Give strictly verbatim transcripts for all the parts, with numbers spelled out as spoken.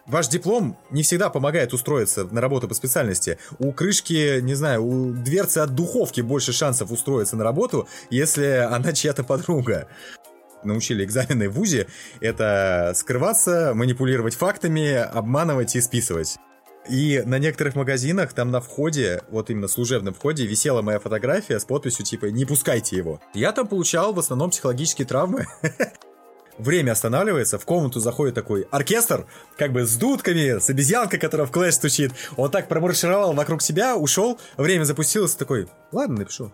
ваш диплом не всегда помогает устроиться на работу по специальности. У крышки, не знаю, у дверцы от духовки больше шансов устроиться на работу, если она чья-то подруга. Научили экзамены в вузе — это скрываться, манипулировать фактами, обманывать и списывать. И на некоторых магазинах там на входе, вот именно служебном входе, висела моя фотография с подписью типа «Не пускайте его». Я там получал в основном психологические травмы. Время останавливается, в комнату заходит такой оркестр, как бы с дудками, с обезьянкой, которая в клэш стучит. Он так промаршировал вокруг себя, ушел, время запустилось, такой, ладно, напишу.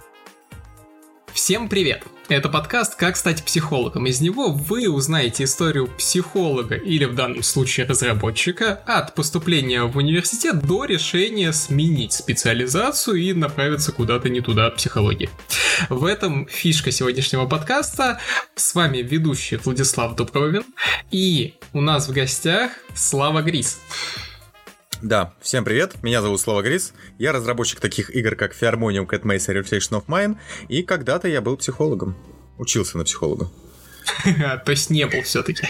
Всем привет! Это подкаст «Как стать психологом». Из него вы узнаете историю психолога или в данном случае разработчика от поступления в университет до решения сменить специализацию и направиться куда-то не туда от психологии. В этом фишка сегодняшнего подкаста. С вами ведущий Владислав Дубровин, и у нас в гостях Слава Грис. Да, всем привет, меня зовут Слава Грис, я разработчик таких игр, как Fearmonium, Cat Maze и Reflection of Mine, и когда-то я был психологом, учился на психолога. То есть не был все-таки.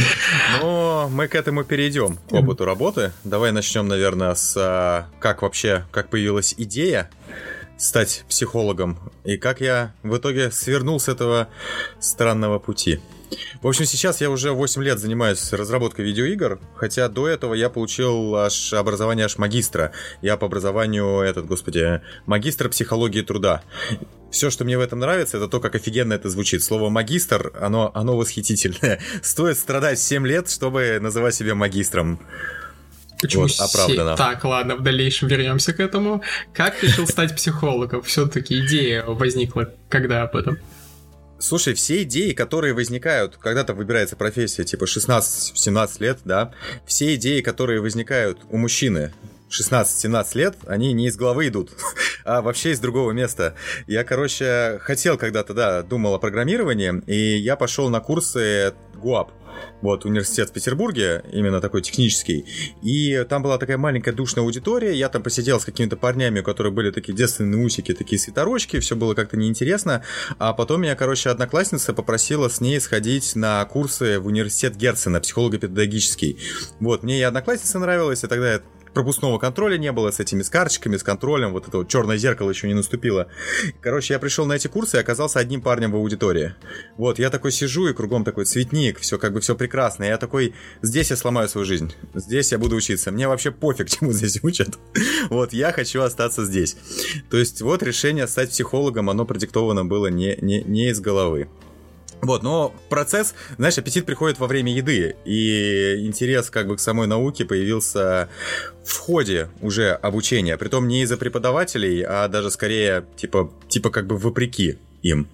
Но мы к этому перейдем, к опыту работы. Давай начнем, наверное, с как вообще, как появилась идея стать психологом, и как я в итоге свернул с этого странного пути. В общем, сейчас я уже восемь лет занимаюсь разработкой видеоигр, хотя до этого я получил аж образование аж магистра. Я по образованию, этот, господи, магистр психологии труда. Все, что мне в этом нравится, это то, как офигенно это звучит. Слово «магистр», оно, оно восхитительное. Стоит страдать семь лет, чтобы называть себя магистром. Почему вот, оправдано. Так, ладно, в дальнейшем вернемся к этому. Как решил стать психологом? Все-таки идея возникла когда об этом? Слушай, все идеи, которые возникают, когда-то выбирается профессия, типа шестнадцать-семнадцать лет, да, все идеи, которые возникают у мужчины шестнадцать-семнадцать лет, они не из головы идут, а вообще из другого места. Я, короче, хотел когда-то, да, думал о программировании, и я пошел на курсы ГУАП. Вот, университет в Петербурге, именно такой технический. И там была такая маленькая душная аудитория. Я там посидел с какими-то парнями, у которых были такие девственные усики, такие свитерочки. Все было как-то неинтересно. А потом меня, короче, одноклассница попросила с ней сходить на курсы в университет Герцена, психолого-педагогический. Вот, мне и одноклассница нравилась, и тогда я... пропускного контроля не было с этими с карточками, с контролем, вот это вот черное зеркало еще не наступило. Короче, я пришел на эти курсы и оказался одним парнем в аудитории. Вот, я такой сижу, и кругом такой цветник, все как бы все прекрасно. Я такой, здесь я сломаю свою жизнь, здесь я буду учиться. Мне вообще пофиг, чему здесь учат. Вот, я хочу остаться здесь. То есть, вот решение стать психологом, оно продиктовано было не, не, не из головы. Вот, но процесс, знаешь, аппетит приходит во время еды, и интерес как бы к самой науке появился в ходе уже обучения, притом не из-за преподавателей, а даже скорее типа, типа как бы вопреки им.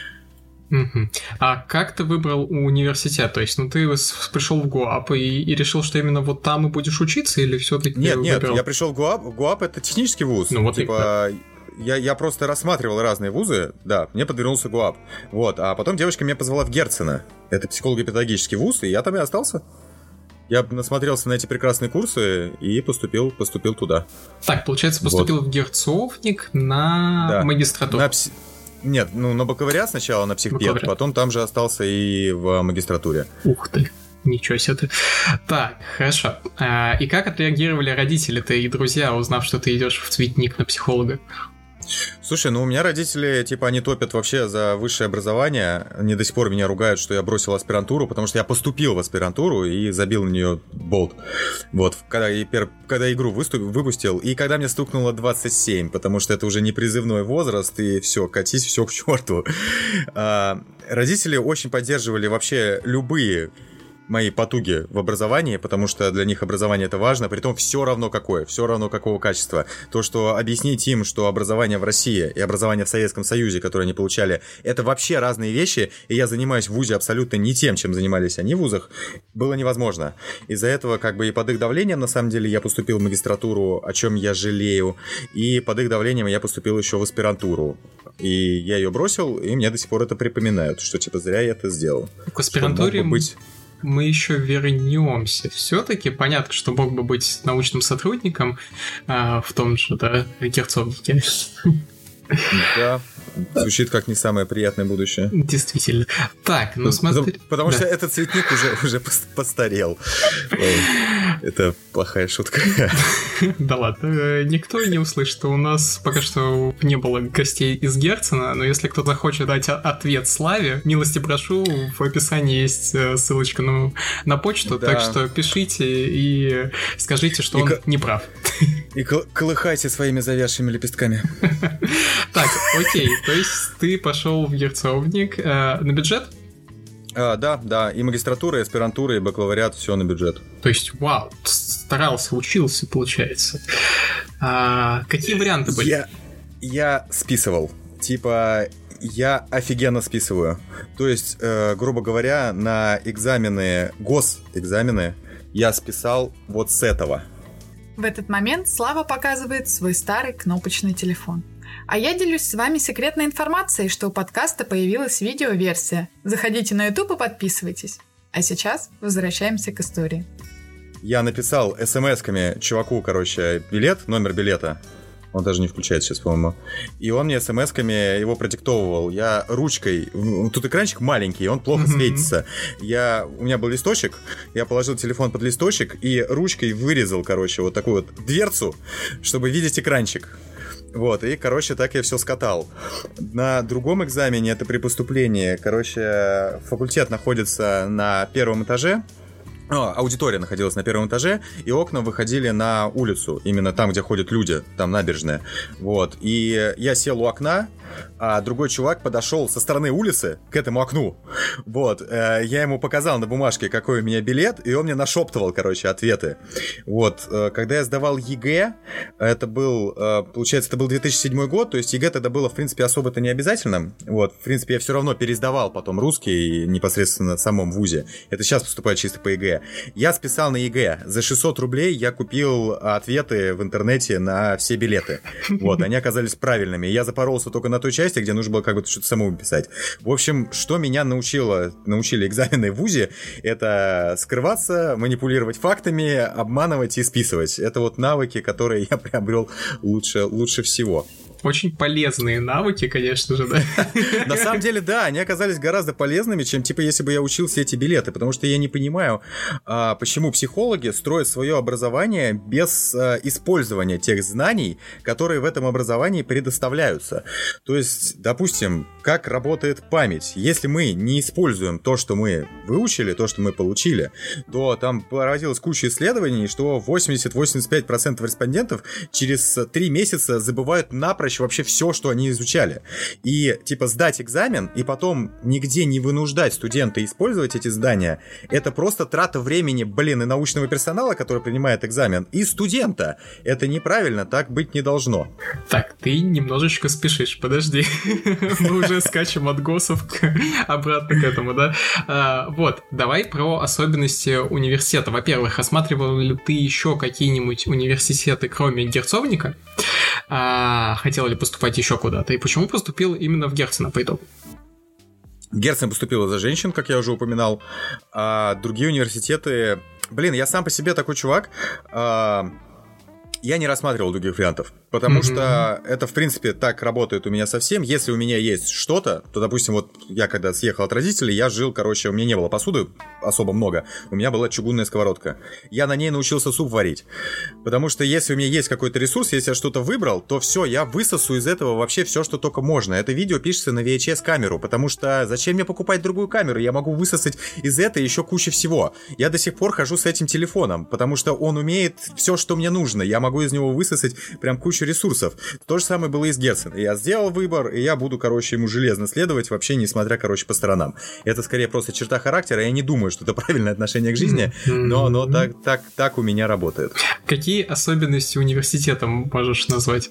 Uh-huh. А как ты выбрал университет? То есть, ну ты пришел в ГУАП и, и решил, что именно вот там и будешь учиться, или все-таки Нет, нет, выбрал... я пришел в ГУАП, ГУАП это технический вуз, ну, вот типа... Я, я просто рассматривал разные вузы, да, мне подвернулся ГУАП. Вот, а потом девочка меня позвала в Герцена. Это психолого-педагогический вуз, и я там и остался. Я насмотрелся на эти прекрасные курсы и поступил, поступил туда. Так, получается, поступил вот в Герцовник на да. магистратуру. На пси... Нет, ну на бакалавриат сначала, на психпед, потом там же остался и в магистратуре. Ух ты. Ничего себе ты. Так, хорошо. А, и как отреагировали родители-то и друзья, узнав, что ты идешь в цветник на психолога? Слушай, ну у меня родители, типа, они топят вообще за высшее образование. Они до сих пор меня ругают, что я бросил аспирантуру, потому что я поступил в аспирантуру и забил на нее болт. Вот, когда, я, когда игру выступ, выпустил, и когда мне стукнуло двадцать семь, потому что это уже не призывной возраст, и все, катись, все к черту. А, родители очень поддерживали вообще любые мои потуги в образовании, потому что для них образование это важно, притом все равно какое, все равно какого качества. То, что объяснить им, что образование в России и образование в Советском Союзе, которое они получали, это вообще разные вещи, и я занимаюсь в вузе абсолютно не тем, чем занимались они в вузах, было невозможно. Из-за этого как бы и под их давлением, на самом деле, я поступил в магистратуру, о чем я жалею, и под их давлением я поступил еще в аспирантуру. И я ее бросил, и мне до сих пор это припоминают, что типа зря я это сделал. К аспирантуре быть... мы еще вернемся. Все-таки понятно, что мог бы быть научным сотрудником а, в том же, да, Герцовнике. Да, звучит как не самое приятное будущее. Действительно. Так, ну смотри... Потому, потому да. что этот цветник уже, уже постарел. Это плохая шутка. Да ладно, никто не услышит, что у нас пока что не было гостей из Герцена, но если кто-то хочет дать ответ Славе, милости прошу, в описании есть ссылочка на, на почту, да. Так что пишите и скажите, что и он к... не прав. И колыхайте своими завязшими лепестками. Так, окей, то есть ты пошел в герцовник э, на бюджет? А, да, да, и магистратура, и аспирантура, и бакалавриат, все на бюджет. То есть, вау, старался, учился, получается. А, какие варианты были? Я, я списывал, типа... Я офигенно списываю. То есть, э, грубо говоря, на экзамены, госэкзамены я списал вот с этого. В этот момент Слава показывает свой старый кнопочный телефон. А я делюсь с вами секретной информацией, что у подкаста появилась видеоверсия. Заходите на YouTube и подписывайтесь. А сейчас возвращаемся к истории. Я написал смс-ками чуваку, короче, билет, номер билета. Он даже не включает сейчас, по-моему. И он мне смс-ками его продиктовывал. Я ручкой... Тут экранчик маленький, он плохо mm-hmm. светится. Я... У меня был листочек, я положил телефон под листочек и ручкой вырезал, короче, вот такую вот дверцу, чтобы видеть экранчик. Вот, и, короче, так я все скатал. На другом экзамене, это при поступлении, короче, факультет находится на первом этаже. О, аудитория находилась на первом этаже, и окна выходили на улицу, именно там, где ходят люди, там набережная. Вот, и я сел у окна, а другой чувак подошел со стороны улицы к этому окну. Вот, э, я ему показал на бумажке, какой у меня билет, и он мне нашептывал, короче, ответы. Вот, э, когда я сдавал ЕГЭ, это был, э, получается, это был две тысячи седьмой год, то есть ЕГЭ тогда было, в принципе, особо-то не обязательным. Вот, в принципе, я все равно пересдавал потом русский непосредственно в самом вузе. Это сейчас поступаю чисто по ЕГЭ. Я списал на ЕГЭ. За шестьсот рублей я купил ответы в интернете на все билеты. Вот, они оказались правильными. Я запоролся только на той части, где нужно было как бы что-то самому писать. В общем, что меня научило, научили экзамены в вузе, это скрываться, манипулировать фактами, обманывать и списывать. Это вот навыки, которые я приобрел лучше, лучше всего. Очень полезные навыки, конечно же, да. На самом деле, да, они оказались гораздо полезными, чем, типа, если бы я учил все эти билеты, потому что я не понимаю, а, почему психологи строят свое образование без а, использования тех знаний, которые в этом образовании предоставляются. То есть, допустим, как работает память. Если мы не используем то, что мы выучили, то, что мы получили, то там проводилась куча исследований, что восемьдесят-восемьдесят пять процентов респондентов через три месяца забывают напрочь вообще все, что они изучали. И, типа, сдать экзамен и потом нигде не вынуждать студента использовать эти знания, это просто трата времени, блин, и научного персонала, который принимает экзамен, и студента. Это неправильно, так быть не должно. Так, ты немножечко спешишь, подожди. Мы уже скачем от госов обратно к этому, да? А, вот, давай про особенности университета. Во-первых, осматривал ли ты еще какие-нибудь университеты, кроме Герцовника? А, хотел ли поступать еще куда-то? И почему поступил именно в Герцена по итогу? Герцен поступил за женщин, как я уже упоминал. А другие университеты... Блин, я сам по себе такой чувак... А... Я не рассматривал других вариантов, потому mm-hmm. что это, в принципе, так работает у меня совсем. Если у меня есть что-то, то, допустим, вот я когда съехал от родителей, я жил, короче, у меня не было посуды особо много, у меня была чугунная сковородка. Я на ней научился суп варить, потому что если у меня есть какой-то ресурс, если я что-то выбрал, то все, я высосу из этого вообще все, что только можно. Это видео пишется на ви эйч эс-камеру, потому что зачем мне покупать другую камеру? Я могу высосать из этого еще кучу всего. Я до сих пор хожу с этим телефоном, потому что он умеет все, что мне нужно. Я могу из него высосать прям кучу ресурсов. То же самое было и с Герценом. Я сделал выбор, и я буду, короче, ему железно следовать, вообще не смотря, короче, по сторонам. Это скорее просто черта характера. Я не думаю, что это правильное отношение к жизни, но, но так, так, так у меня работает. Какие особенности университета можешь назвать?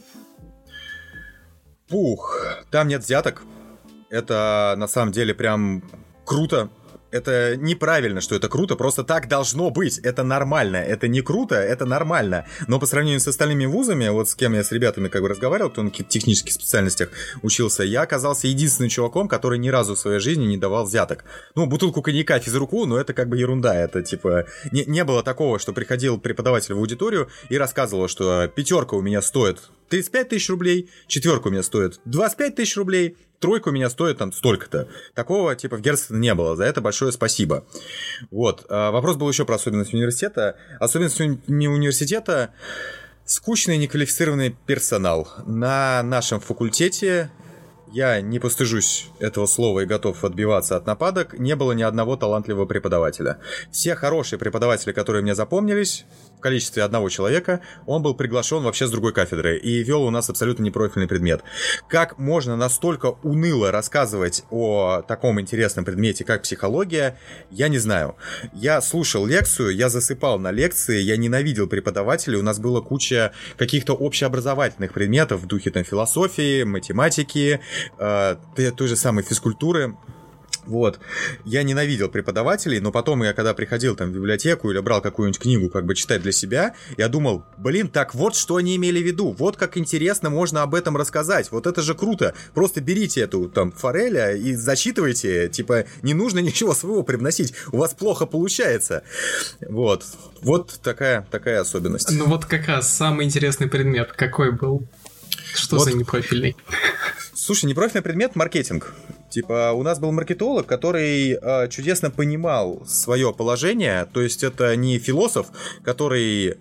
Пух, там нет взяток. Это на самом деле прям круто. Это неправильно, что это круто, просто так должно быть, это нормально, это не круто, это нормально, но по сравнению с остальными вузами, вот с кем я с ребятами как бы разговаривал, кто на каких-то технических специальностях учился, я оказался единственным чуваком, который ни разу в своей жизни не давал взяток. Ну, бутылку коньяка физруку, но это как бы ерунда, это типа, не, не было такого, что приходил преподаватель в аудиторию и рассказывал, что пятерка у меня стоит тридцать пять тысяч рублей, четверка у меня стоит двадцать пять тысяч рублей, тройка у меня стоит там столько-то. Такого типа в Герцена не было, за это большое спасибо. Вот, а вопрос был еще про особенности университета. Особенность уни- университета – скучный неквалифицированный персонал. На нашем факультете, я не постыжусь этого слова и готов отбиваться от нападок, не было ни одного талантливого преподавателя. Все хорошие преподаватели, которые мне запомнились, в количестве одного человека, он был приглашен вообще с другой кафедры и вел у нас абсолютно непрофильный предмет. Как можно настолько уныло рассказывать о таком интересном предмете, как психология, я не знаю. Я слушал лекцию, я засыпал на лекции, я ненавидел преподавателей, у нас была куча каких-то общеобразовательных предметов в духе там философии, математики, э, той же самой физкультуры. Вот. Я ненавидел преподавателей, но потом я, когда приходил там в библиотеку или брал какую-нибудь книгу, как бы читать для себя, я думал, блин, так вот что они имели в виду, вот как интересно можно об этом рассказать, вот это же круто, просто берите эту там фореля и зачитывайте, типа, не нужно ничего своего привносить, у вас плохо получается. Вот. Вот такая, такая особенность. Ну вот как раз самый интересный предмет какой был? Что вот. За непрофильный? Слушай, непрофильный предмет — маркетинг. Типа, у нас был маркетолог, который э, чудесно понимал свое положение, то есть это не философ, который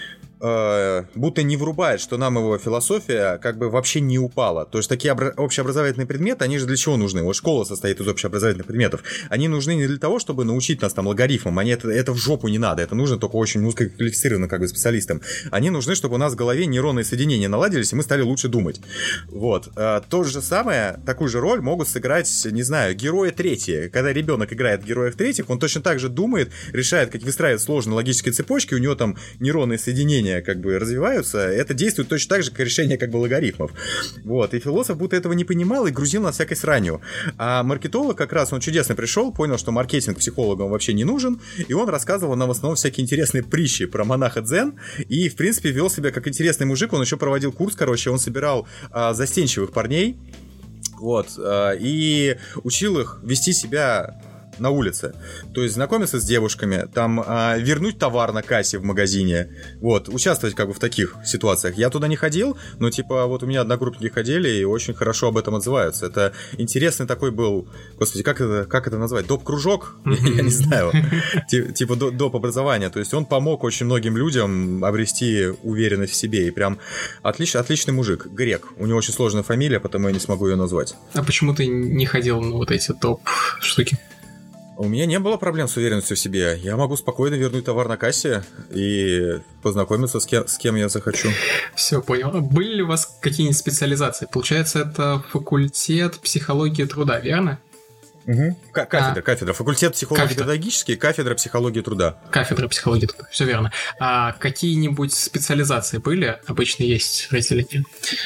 э, будто не врубает, что нам его философия как бы вообще не упала. То есть такие обра- общеобразовательные предметы, они же для чего нужны? Вот школа состоит из общеобразовательных предметов. Они нужны не для того, чтобы научить нас там логарифмам, они это, это в жопу не надо, это нужно только очень узкоквалифицированным как бы специалистам. Они нужны, чтобы у нас в голове нейронные соединения наладились, и мы стали лучше думать. Вот. А, то же самое, такую же роль могут сыграть, не знаю, герои третьи. Когда ребенок играет в героев третьих, он точно так же думает, решает, как выстраивать сложные логические цепочки, у него там нейронные соединения как бы развиваются, это действует точно так же, как решение как бы логарифмов. Вот. И философ будто этого не понимал и грузил на всякой сранью. А маркетолог как раз, он чудесно пришел, понял, что маркетинг психологам вообще не нужен, и он рассказывал нам в основном всякие интересные притчи про монаха дзен, и, в принципе, вел себя как интересный мужик. Он еще проводил курс, короче, он собирал а, застенчивых парней, вот, а, и учил их вести себя на улице. То есть знакомиться с девушками, там а, вернуть товар на кассе в магазине, вот, участвовать как бы в таких ситуациях. Я туда не ходил, но типа вот у меня одногруппники ходили и очень хорошо об этом отзываются. Это интересный такой был, господи, как это, как это назвать, доп-кружок? Я не знаю. Типа доп. Образования. То есть он помог очень многим людям обрести уверенность в себе. И прям отличный мужик. Грек. У него очень сложная фамилия, потому я не смогу ее назвать. А почему ты не ходил на вот эти топ-штуки? У меня не было проблем с уверенностью в себе. Я могу спокойно вернуть товар на кассе и познакомиться с кем, с кем я захочу. Все, понял. Были ли у вас какие-нибудь специализации? Получается, это факультет психологии труда, верно? Угу. К- кафедра, а, кафедра. Факультет психологии-педагогический, кафедра психологии труда. Кафедра психологии труда, все верно. А какие-нибудь специализации были? Обычно есть разделение.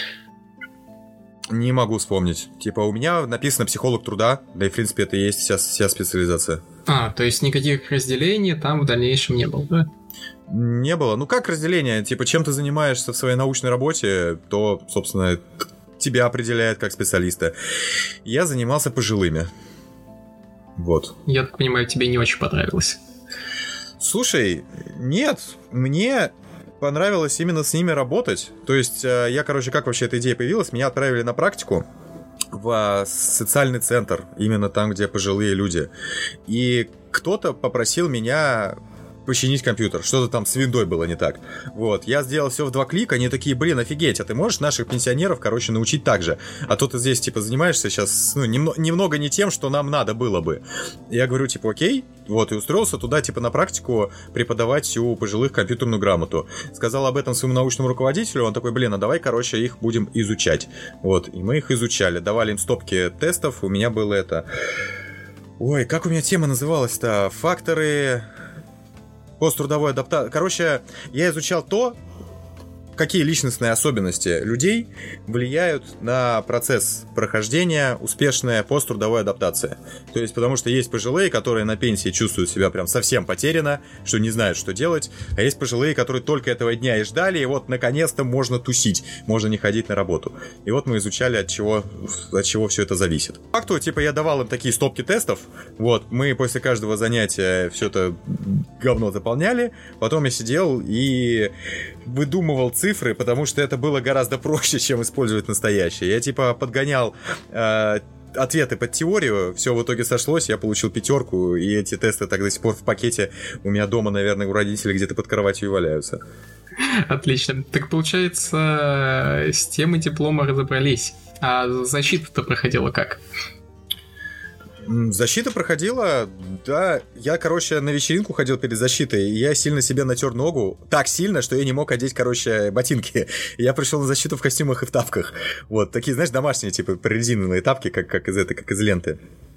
Не могу вспомнить. Типа, у меня написано психолог труда, да и, в принципе, это и есть вся, вся специализация. А, то есть никаких разделений там в дальнейшем не было, да? Не было. Ну, как разделение? Типа, чем ты занимаешься в своей научной работе, то, собственно, тебя определяет как специалиста. Я занимался пожилыми. Вот. Я так понимаю, тебе не очень понравилось. Слушай, нет, мне... понравилось именно с ними работать. То есть я, короче, как вообще эта идея появилась? Меня отправили на практику в социальный центр, именно там, где пожилые люди. И кто-то попросил меня починить компьютер. Что-то там с виндой было не так. Вот. Я сделал все в два клика, они такие, блин, офигеть, а ты можешь наших пенсионеров, короче, научить так же? А то ты здесь, типа, занимаешься сейчас, ну, немно, немного не тем, что нам надо было бы. Я говорю, типа, окей. Вот, и устроился туда, типа, на практику преподавать у пожилых компьютерную грамоту. Сказал об этом своему научному руководителю, он такой, блин, а давай, короче, их будем изучать. Вот, и мы их изучали. Давали им стопки тестов, у меня было это... Ой, как у меня тема называлась-то? Факторы... Посттрудовой адаптации. Короче, я изучал то, какие личностные особенности людей влияют на процесс прохождения успешной посттрудовой адаптации. То есть, потому что есть пожилые, которые на пенсии чувствуют себя прям совсем потеряно, что не знают, что делать, а есть пожилые, которые только этого дня и ждали, и вот наконец-то можно тусить, можно не ходить на работу. И вот мы изучали, от чего, от чего все это зависит. По факту, типа, я давал им такие стопки тестов, вот, мы после каждого занятия все это говно заполняли, потом я сидел и выдумывал цифры, потому что это было гораздо проще, чем использовать настоящее. Я типа подгонял э, ответы под теорию, все в итоге сошлось, я получил пятерку, и эти тесты так до сих пор в пакете у меня дома, наверное, у родителей где-то под кроватью и валяются. Отлично. Так получается, с темой диплома разобрались. А защита-то проходила как? Защита проходила, да, я, короче, на вечеринку ходил перед защитой, и я сильно себе натер ногу, так сильно, что я не мог одеть, короче, ботинки. Я пришел на защиту в костюмах и в тапках. Вот, такие, знаешь, домашние, типа, прорезиненные тапки, как, как из этой, как из ленты.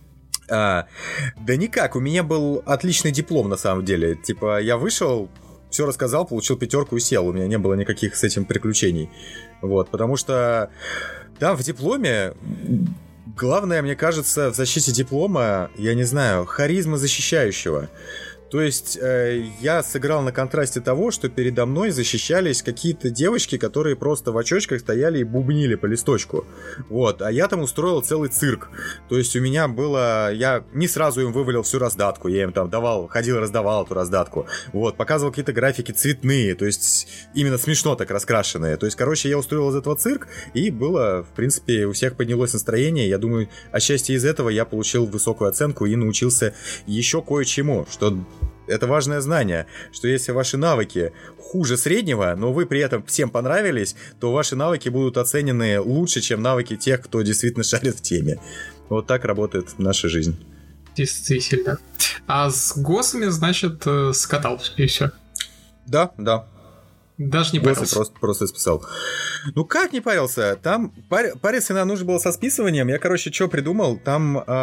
А, да никак, у меня был отличный диплом, на самом деле. Типа, я вышел, все рассказал, получил пятерку и сел, у меня не было никаких с этим приключений. Вот, потому что, да, в дипломе... Главное, мне кажется, в защите диплома, я не знаю, харизма защищающего. То есть э, я сыграл на контрасте того, что передо мной защищались какие-то девочки, которые просто в очочках стояли и бубнили по листочку. Вот, а я там устроил целый цирк. То есть у меня было... Я не сразу им вывалил всю раздатку, я им там давал, ходил, раздавал эту раздатку. Вот, показывал какие-то графики цветные, то есть именно смешно так раскрашенные. То есть, короче, я устроил из этого цирк, и было, в принципе, у всех поднялось настроение. Я думаю, отчасти из этого я получил высокую оценку и научился еще кое-чему, что... Это важное знание, что если ваши навыки хуже среднего, но вы при этом всем понравились, то ваши навыки будут оценены лучше, чем навыки тех, кто действительно шарит в теме. Вот так работает наша жизнь. Действительно. А с госами, значит, скатал и все. Да, да. Даже не парился. Просто, просто списал. Ну как не парился? Там пар... париться нам нужно было со списыванием. Я, короче, что придумал? Там э,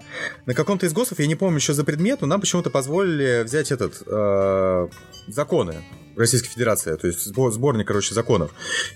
на каком-то из госов, я не помню, что за предмет, но нам почему-то позволили взять этот э, законы Российской Федерации, то есть сборник, короче, законов.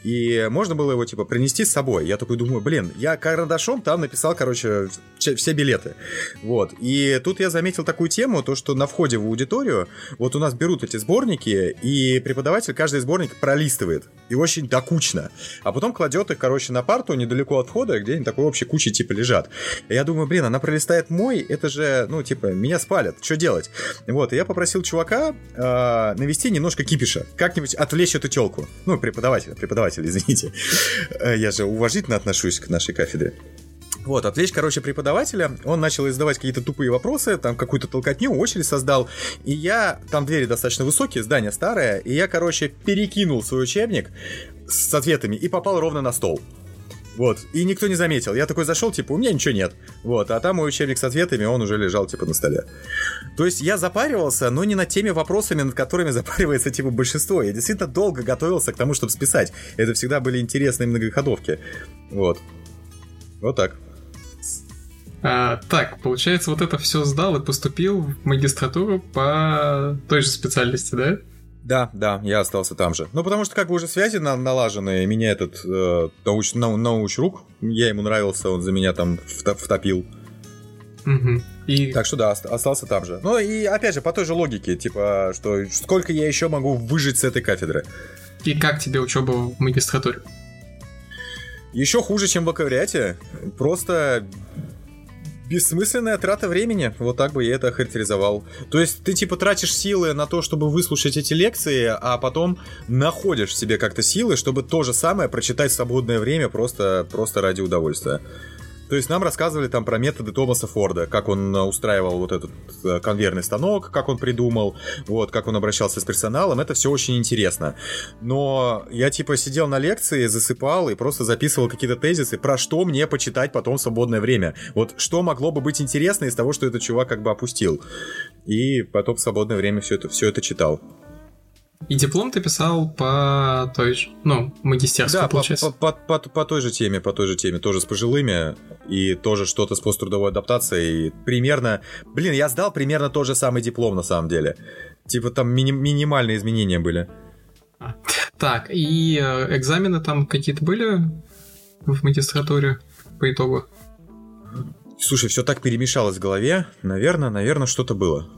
И можно было его, типа, принести с собой. Я такой думаю, блин, я карандашом там написал, короче, все билеты. Вот. И тут я заметил такую тему, то, что на входе в аудиторию вот у нас берут эти сборники, и преподаватель каждый сборник пролистывает. И очень докучно. А потом кладет их, короче, на парту недалеко от входа, где они такой общей кучей, типа, лежат. И я думаю, блин, она пролистает мой, это же, ну, типа, меня спалят. Что делать? Вот. И я попросил чувака э, навести немножко кипиша. Как-нибудь отвлечь эту телку. Ну, преподавателя, преподавателя, извините. Я же уважительно отношусь к нашей кафедре. Вот, отвлечь, короче, преподавателя. Он начал задавать какие-то тупые вопросы, там какую-то толкотню, очередь создал. И я, там двери достаточно высокие, здание старое, и я, короче, перекинул свой учебник с ответами и попал ровно на стол. Вот, и никто не заметил. Я такой зашел, типа, у меня ничего нет. Вот, а там мой учебник с ответами, он уже лежал, типа, на столе. То есть я запаривался, но не над теми вопросами, над которыми запаривается, типа, большинство. Я действительно долго готовился к тому, чтобы списать. Это всегда были интересные многоходовки. Вот. Вот так. А, так, получается, вот это все сдал и поступил в магистратуру по той же специальности, да? Да, да, я остался там же. Ну, потому что как бы уже связи на- налажены, меня этот э, науч, нау, научрук, я ему нравился, он за меня там втоп, втопил. Угу. И... Так что да, остался там же. Ну и опять же, по той же логике, типа, что сколько я еще могу выжить с этой кафедры. И как тебе учеба в магистратуре? Еще хуже, чем в бакалавриате. Просто... бессмысленная трата времени, вот так бы я это охарактеризовал. То есть ты типа тратишь силы на то, чтобы выслушать эти лекции, а потом находишь в себе как-то силы, чтобы то же самое прочитать в свободное время просто, просто ради удовольствия. То есть нам рассказывали там про методы Томаса Форда, как он устраивал вот этот конвейерный станок, как он придумал, вот, как он обращался с персоналом, это все очень интересно. Но я типа сидел на лекции, засыпал и просто записывал какие-то тезисы, про что мне почитать потом в свободное время. Вот что могло бы быть интересно из того, что этот чувак как бы опустил. И потом в свободное время все это, все это читал. И диплом ты писал по той же, ну, магистерской, да, получается? По, по, по, по той же теме, по той же теме, тоже с пожилыми, и тоже что-то с посттрудовой адаптацией. Примерно, блин, я сдал примерно тот же самый диплом на самом деле. Типа там мини, минимальные изменения были. А, так, и э, экзамены там какие-то были в магистратуре по итогу? Слушай, все так перемешалось в голове. Наверное, наверное, что-то было.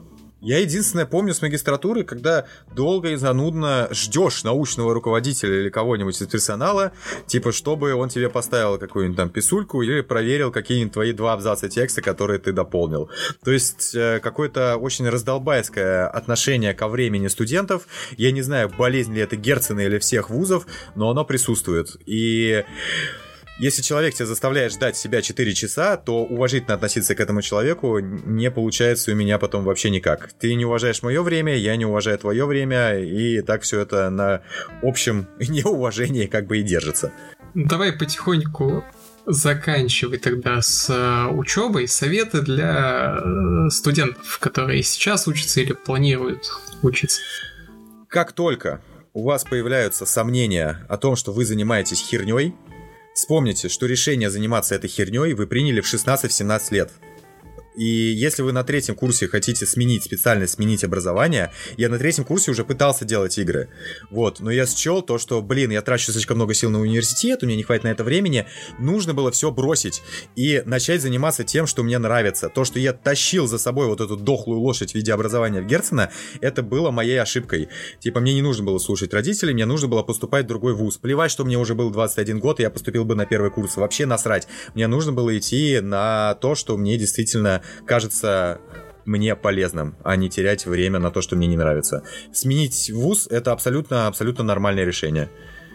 Я единственное помню с магистратуры, когда долго и занудно ждешь научного руководителя или кого-нибудь из персонала, типа, чтобы он тебе поставил какую-нибудь там писульку или проверил какие-нибудь твои два абзаца текста, которые ты дополнил. То есть какое-то очень раздолбайское отношение ко времени студентов. Я не знаю, болезнь ли это Герцена или всех вузов, но оно присутствует. И... Если человек тебя заставляет ждать себя четыре часа, то уважительно относиться к этому человеку не получается у меня потом вообще никак. Ты не уважаешь мое время, я не уважаю твое время, и так все это на общем неуважении как бы и держится. Давай потихоньку заканчивай тогда с учебой. Советы для студентов, которые сейчас учатся или планируют учиться. Как только у вас появляются сомнения о том, что вы занимаетесь херней, вспомните, что решение заниматься этой херней вы приняли в шестнадцать-семнадцать лет. И если вы на третьем курсе хотите сменить специальность, сменить образование, я на третьем курсе уже пытался делать игры. Вот, но я счел то, что, блин, я трачу слишком много сил на университет, у меня не хватит на это времени, нужно было все бросить и начать заниматься тем, что мне нравится. То, что я тащил за собой вот эту дохлую лошадь в виде образования в Герцена, это было моей ошибкой. Типа, мне не нужно было слушать родителей, мне нужно было поступать в другой вуз. Плевать, что мне уже был двадцать один год, и я поступил бы на первый курс. Вообще насрать. Мне нужно было идти на то, что мне действительно кажется мне полезным, а не терять время на то, что мне не нравится. Сменить вуз — это абсолютно, абсолютно нормальное решение.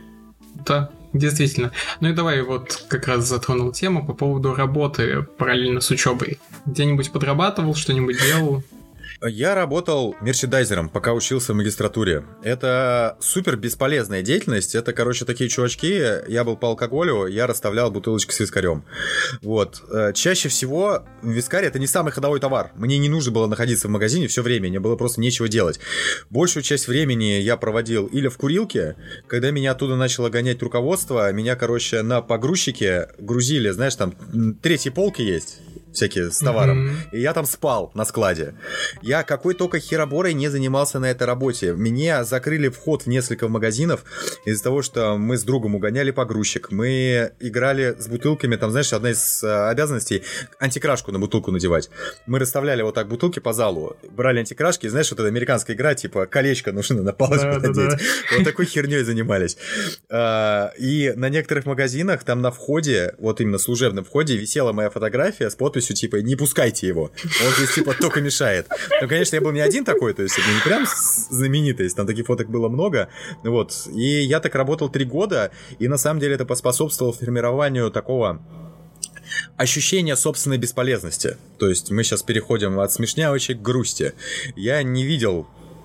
Да, действительно. Ну и давай вот как раз затронул тему по поводу работы параллельно с учебой. Где-нибудь подрабатывал, что-нибудь делал? Я работал мерчендайзером, пока учился в магистратуре. Это супер бесполезная деятельность. Это, короче, такие чувачки. Я был по алкоголю, я расставлял бутылочки с вискарем. Вот. Чаще всего вискарь — это не самый ходовой товар. Мне не нужно было находиться в магазине все время, мне было просто нечего делать. Большую часть времени я проводил или в курилке. Когда меня оттуда начало гонять руководство, меня, короче, на погрузчике грузили. Знаешь, там третьи полки есть всякие с товаром. Mm-hmm. И я там спал на складе. Я какой только хероборой не занимался на этой работе. Меня закрыли вход в несколько магазинов из-за того, что мы с другом угоняли погрузчик. Мы играли с бутылками. Там, знаешь, одна из обязанностей — антикрашку на бутылку надевать. Мы расставляли вот так бутылки по залу, брали антикрашки. И, знаешь, вот эта американская игра, типа колечко нужно на палочку да, надеть. Да, да. Вот такой херней занимались. И на некоторых магазинах там на входе, вот именно служебном входе, висела моя фотография с подписью типа «Не пускайте его, он здесь типа только мешает». Ну, конечно, я был не один такой, то есть это не прям знаменитость, там таких фоток было много, вот. И я так работал три года, и на самом деле это поспособствовало формированию такого ощущение собственной бесполезности. То есть мы сейчас переходим от смешнявочек к грусти. Я не видел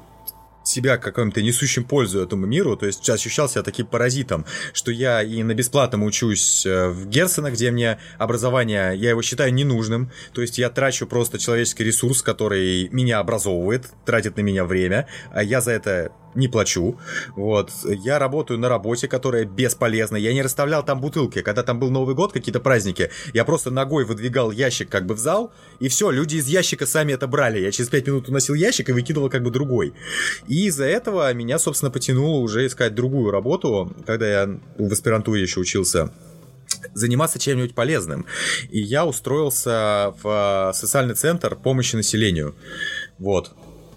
себя каким-то несущим пользу этому миру, то есть ощущал себя таким паразитом, что я и на бесплатном учусь в Герцена, где мне образование, я его считаю ненужным, то есть я трачу просто человеческий ресурс, который меня образовывает, тратит на меня время, а я за это не плачу, вот, я работаю на работе, которая бесполезна, я не расставлял там бутылки, когда там был Новый год, какие-то праздники, я просто ногой выдвигал ящик как бы в зал, и все, люди из ящика сами это брали, я через пять минут уносил ящик и выкидывал как бы другой, и из-за этого меня, собственно, потянуло уже искать другую работу, когда я в аспирантуре еще учился, заниматься чем-нибудь полезным, и я устроился в социальный центр помощи населению, вот.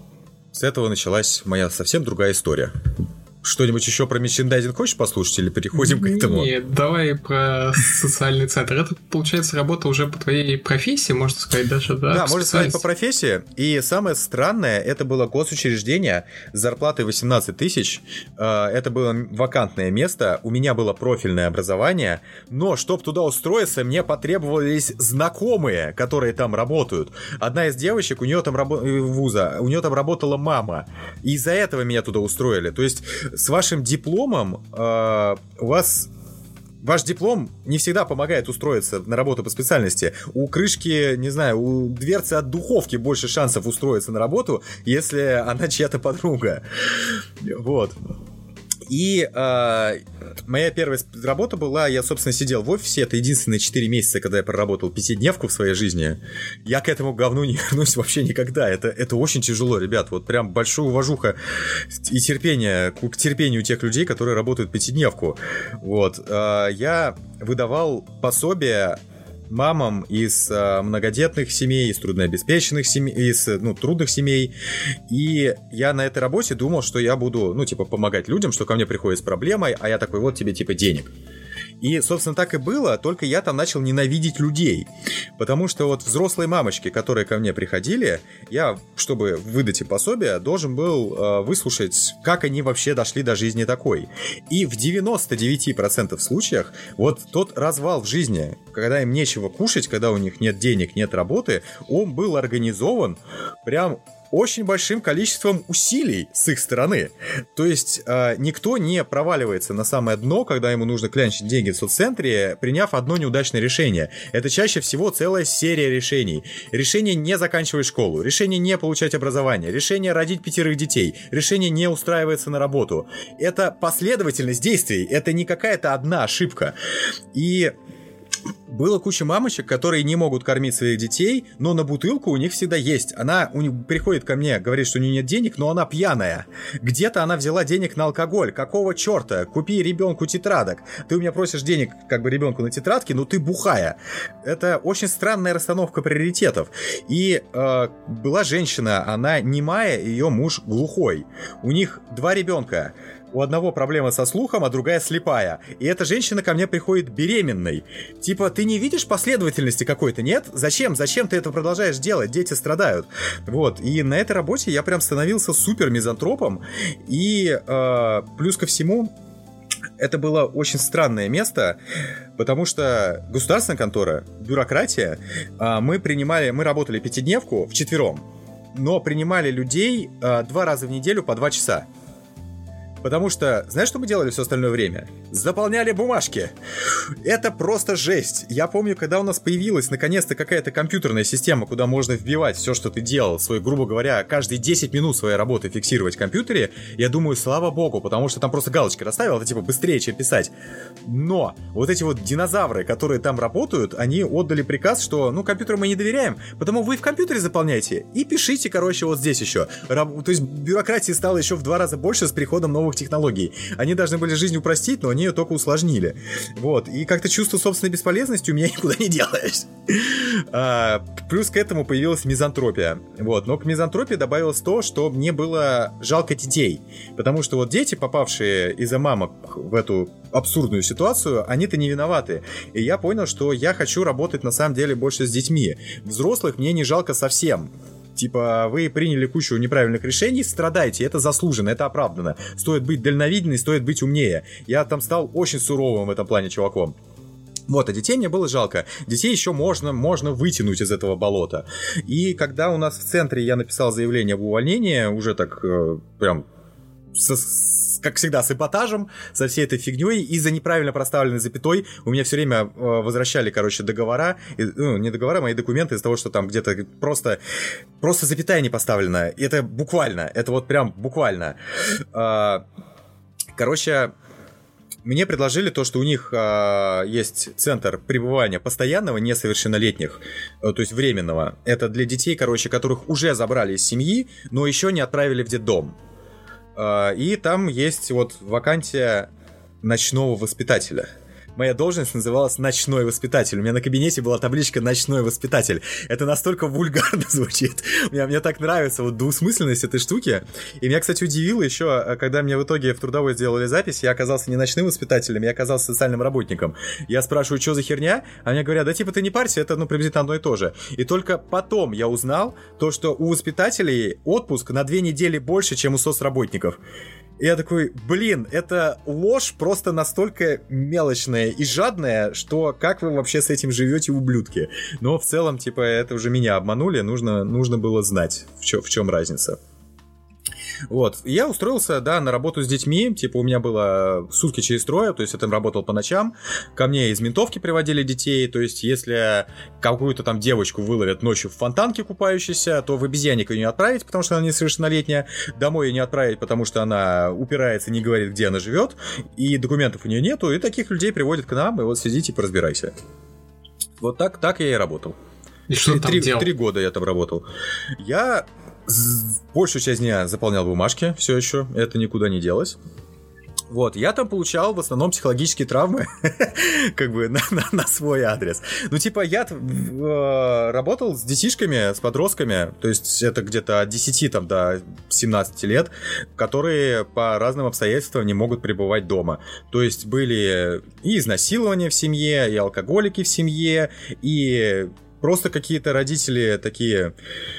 С этого началась моя совсем другая история. Что-нибудь еще про мерчендайзинг хочешь послушать или переходим к этому? Нет, давай про социальный центр. Это, получается, работа уже по твоей профессии, можно сказать, даже, да? Да, можно сказать, по профессии. И самое странное, это было госучреждение с зарплатой восемнадцать тысяч. Это было вакантное место, у меня было профильное образование, но чтобы туда устроиться, мне потребовались знакомые, которые там работают. Одна из девочек, у нее там рабо... вуза, у нее там работала мама. И из-за этого меня туда устроили. То есть с вашим дипломом э, у вас... Ваш диплом не всегда помогает устроиться на работу по специальности. У крышки, не знаю, у дверцы от духовки больше шансов устроиться на работу, если она чья-то подруга. Вот. И э, моя первая работа была, я, собственно, сидел в офисе, это единственные четыре месяца, когда я проработал пятидневку в своей жизни. Я к этому говну не вернусь вообще никогда. Это, это очень тяжело, ребят. Вот прям большая уважуха и терпение к терпению тех людей, которые работают пятидневку. Вот. Э, я выдавал пособие мамам из а, многодетных семей, из труднообеспеченных семей, из ну, трудных семей. И я на этой работе думал, что я буду, ну, типа, помогать людям, что ко мне приходят с проблемой, а я такой, вот тебе, типа, денег. И, собственно, так и было, только я там начал ненавидеть людей. Потому что вот взрослые мамочки, которые ко мне приходили, я, чтобы выдать им пособие, должен был э, выслушать, как они вообще дошли до жизни такой. И в девяноста девяти процентах случаях вот тот развал в жизни, когда им нечего кушать, когда у них нет денег, нет работы, он был организован прям очень большим количеством усилий с их стороны. То есть э, никто не проваливается на самое дно, когда ему нужно клянчить деньги в соццентре, приняв одно неудачное решение. Это чаще всего целая серия решений. Решение не заканчивать школу, решение не получать образование, решение родить пятерых детей, решение не устраиваться на работу. Это последовательность действий, это не какая-то одна ошибка. И было куча мамочек, которые не могут кормить своих детей, но на бутылку у них всегда есть. Она у них приходит ко мне, говорит, что у нее нет денег, но она пьяная. Где-то она взяла денег на алкоголь. Какого черта? Купи ребенку тетрадок. Ты у меня просишь денег как бы ребенку на тетрадки, но ты бухая. Это очень странная расстановка приоритетов. И э, была женщина, она немая, ее муж глухой. У них два ребенка. У одного проблема со слухом, а другая слепая. И эта женщина ко мне приходит беременной. Типа, ты не видишь последовательности какой-то, нет? Зачем? Зачем ты это продолжаешь делать? Дети страдают. Вот. И на этой работе я прям становился супер мизантропом. И э, плюс ко всему, это было очень странное место, потому что государственная контора, бюрократия, э, мы принимали, мы работали пятидневку вчетвером, но принимали людей э, два раза в неделю по два часа. Потому что, знаешь, что мы делали все остальное время? Заполняли бумажки. Это просто жесть. Я помню, когда у нас появилась наконец-то какая-то компьютерная система, куда можно вбивать все, что ты делал, свой, грубо говоря, каждые десять минут своей работы фиксировать в компьютере, я думаю, слава богу, потому что там просто галочки расставил, это типа быстрее, чем писать. Но вот эти вот динозавры, которые там работают, они отдали приказ, что, ну, компьютеру мы не доверяем, потому вы в компьютере заполняйте и пишите, короче, вот здесь еще. Раб... То есть бюрократии стало еще в два раза больше с приходом новых технологий. Они должны были жизнь упростить, но они ее только усложнили. Вот. И как-то чувство собственной бесполезности у меня никуда не делаешь. А, плюс к этому появилась мизантропия. Вот. Но к мизантропии добавилось то, что мне было жалко детей. Потому что вот дети, попавшие из-за мамок в эту абсурдную ситуацию, они-то не виноваты. И я понял, что я хочу работать на самом деле больше с детьми. Взрослых мне не жалко совсем. Типа, вы приняли кучу неправильных решений, страдайте, это заслуженно, это оправдано. Стоит быть дальновидней, стоит быть умнее. Я там стал очень суровым в этом плане чуваком. Вот, а детей мне было жалко. Детей еще можно, можно вытянуть из этого болота. И когда у нас в центре я написал заявление об увольнении, уже так э, прям... Со, с, как всегда, с эпатажем, со всей этой фигней, из-за неправильно проставленной запятой у меня все время э, возвращали, короче, договора, и, ну, не договора, мои документы из-за того, что там где-то просто, просто запятая не поставлена. И это буквально, это вот прям буквально. Э, короче, мне предложили то, что у них э, есть центр пребывания постоянного несовершеннолетних, э, то есть временного. Это для детей, короче, которых уже забрали из семьи, но еще не отправили в детдом. И там есть вот вакансия ночного воспитателя. Моя должность называлась «Ночной воспитатель». У меня на кабинете была табличка «Ночной воспитатель». Это настолько вульгарно звучит. Мне, мне так нравится вот двусмысленность этой штуки. И меня, кстати, удивило еще, когда мне в итоге в трудовой сделали запись, я оказался не ночным воспитателем, я оказался социальным работником. Я спрашиваю, что за херня? А мне говорят, да типа ты не парься, это ну приблизительно одно и то же. И только потом я узнал то, что у воспитателей отпуск на две недели больше, чем у соцработников. И я такой, блин, это ложь просто настолько мелочная и жадная, что как вы вообще с этим живете, ублюдки? Но в целом, типа, это уже меня обманули, нужно, нужно было знать, в, чё, в чем разница. Вот, я устроился, да, на работу с детьми, типа у меня было сутки через трое, то есть я там работал по ночам, ко мне из ментовки приводили детей, то есть если какую-то там девочку выловят ночью в фонтанке купающейся, то в обезьянник ее не отправить, потому что она несовершеннолетняя, домой ее не отправить, потому что она упирается, не говорит, где она живет, и документов у нее нету, и таких людей приводят к нам, и вот сидите, поразбирайся. Вот так, так я и работал. И что ты там три, делал? Три года я там работал. Я... Большую часть дня заполнял бумажки, все еще, это никуда не делось. Вот, я там получал в основном психологические травмы, как бы на, на, на свой адрес. Ну, типа, я э, работал с детишками, с подростками, то есть это где-то от десяти там, до семнадцати лет, которые по разным обстоятельствам не могут пребывать дома. То есть были и изнасилования в семье, и алкоголики в семье, и просто какие-то родители такие...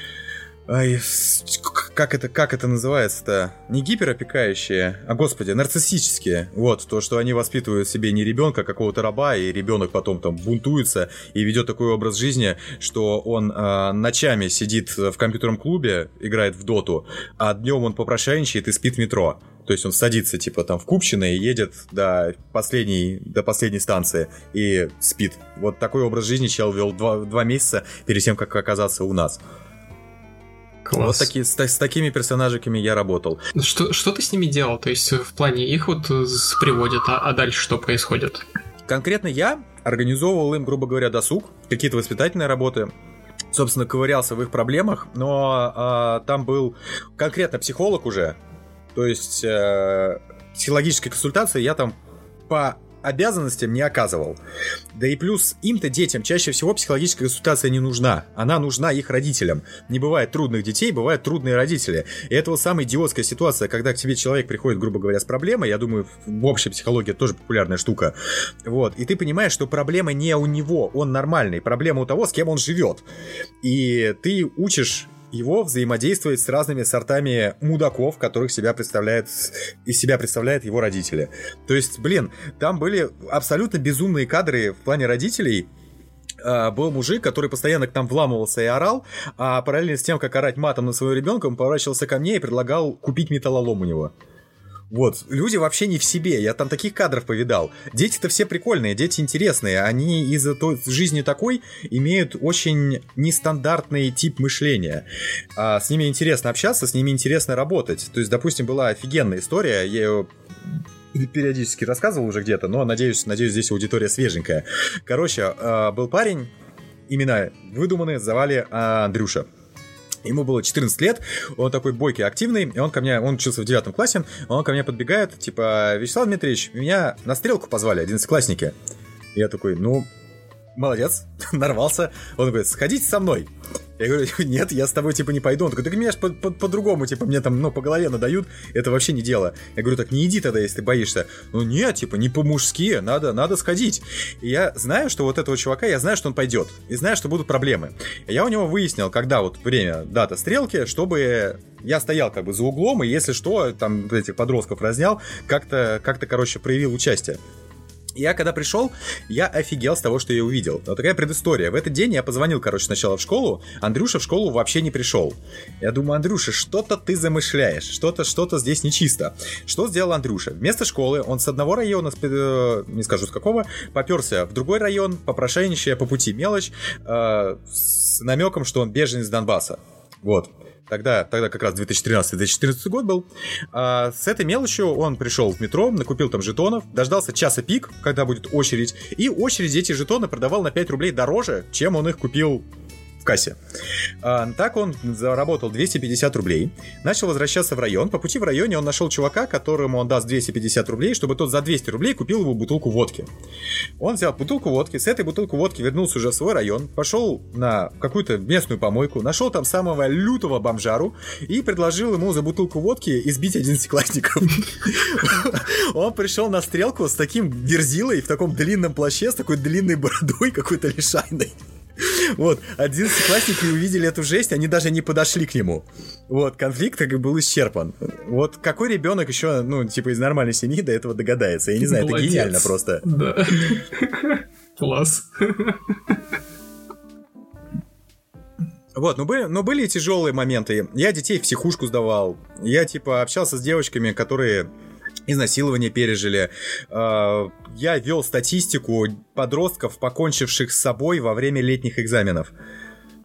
Ай, как это, как это называется-то? Не гиперопекающие, а, господи, нарциссические. Вот, то, что они воспитывают в себе не ребенка, а какого-то раба, и ребенок потом там бунтуется и ведет такой образ жизни, что он э, ночами сидит в компьютерном клубе, играет в доту, а днем он попрошайничает и спит в метро. То есть он садится, типа, там в Купчино и едет до последней, до последней станции и спит. Вот такой образ жизни чел вел два, два месяца перед тем, как оказаться у нас. Класс. Вот таки, с, с такими персонажиками я работал. Что, что ты с ними делал? То есть в плане их вот приводят, а, а дальше что происходит? Конкретно я организовывал им, грубо говоря, досуг, какие-то воспитательные работы. Собственно, ковырялся в их проблемах, но а, там был конкретно психолог уже. То есть э, психологической консультации я там по обязанностям не оказывал. Да и плюс им-то, детям, чаще всего психологическая консультация не нужна. Она нужна их родителям. Не бывает трудных детей, бывают трудные родители. И это вот самая идиотская ситуация, когда к тебе человек приходит, грубо говоря, с проблемой. Я думаю, в общей психологии это тоже популярная штука. Вот. И ты понимаешь, что проблема не у него, он нормальный. Проблема у того, с кем он живет. И ты учишь его взаимодействовать с разными сортами мудаков, которых себя представляет, из себя представляют его родители. То есть, блин, там были абсолютно безумные кадры в плане родителей. Uh, был мужик, который постоянно к нам вламывался и орал, а параллельно с тем, как орать матом на своего ребенка, он поворачивался ко мне и предлагал купить металлолом у него. Вот, люди вообще не в себе, я там таких кадров повидал. Дети-то все прикольные, дети интересные, они из-за той жизни такой имеют очень нестандартный тип мышления. А с ними интересно общаться, с ними интересно работать. То есть, допустим, была офигенная история, я ее периодически рассказывал уже где-то, но надеюсь, надеюсь, здесь аудитория свеженькая. Короче, был парень, имена выдуманные, звали Андрюша. Ему было четырнадцать лет, он такой бойкий, активный, и он ко мне, он учился в девятом классе, он ко мне подбегает, типа: Вячеслав Дмитриевич, меня на стрелку позвали, одиннадцатиклассники. Я такой: ну, молодец, нарвался. Он говорит: сходите со мной. Я говорю: нет, я с тобой, типа, не пойду. Он такой: так меня ж по- по- по-другому, типа, мне там, ну, по голове надают, это вообще не дело. Я говорю: так не иди тогда, если ты боишься. Ну, нет, типа, не по-мужски, надо, надо сходить. И я знаю, что вот этого чувака, я знаю, что он пойдет, и знаю, что будут проблемы. И я у него выяснил, когда вот время, дата стрелки, чтобы я стоял как бы за углом, и если что, там, этих подростков разнял, как-то, как-то, короче, проявил участие. Я когда пришел, я офигел с того, что я увидел. Вот такая предыстория. В этот день я позвонил, короче, сначала в школу. Андрюша в школу вообще не пришел. Я думаю: Андрюша, что-то ты замышляешь. Что-то, что-то здесь нечисто. Что сделал Андрюша? Вместо школы он с одного района, не скажу с какого, поперся в другой район, попрошайничая по пути мелочь, э, с намеком, что он беженец Донбасса. Вот. Тогда, тогда как раз две тысячи тринадцатый - две тысячи четырнадцатый год был. А с этой мелочью он пришел в метро, накупил там жетонов, дождался часа пик, когда будет очередь, и очередь эти жетоны продавал на пять рублей дороже, чем он их купил в кассе. А, так он заработал двести пятьдесят рублей, начал возвращаться в район. По пути в районе он нашел чувака, которому он даст двести пятьдесят рублей, чтобы тот за двести рублей купил его бутылку водки. Он взял бутылку водки, с этой бутылкой водки вернулся уже в свой район, пошел на какую-то местную помойку, нашел там самого лютого бомжару и предложил ему за бутылку водки избить одиннадцатиклассников. Он пришел на стрелку с таким верзилой в таком длинном плаще, с такой длинной бородой какой-то лишайной. Вот, одиннадцатиклассники увидели эту жесть, они даже не подошли к нему. Вот, конфликт как бы был исчерпан. Вот какой ребенок еще, ну, типа, из нормальной семьи до этого догадается? Я не знаю, молодец. Это гениально просто. Да. Класс. Вот, ну были, ну были и тяжелые моменты. Я детей в психушку сдавал. Я, типа, общался с девочками, которые изнасилование пережили. Я вел статистику подростков, покончивших с собой во время летних экзаменов.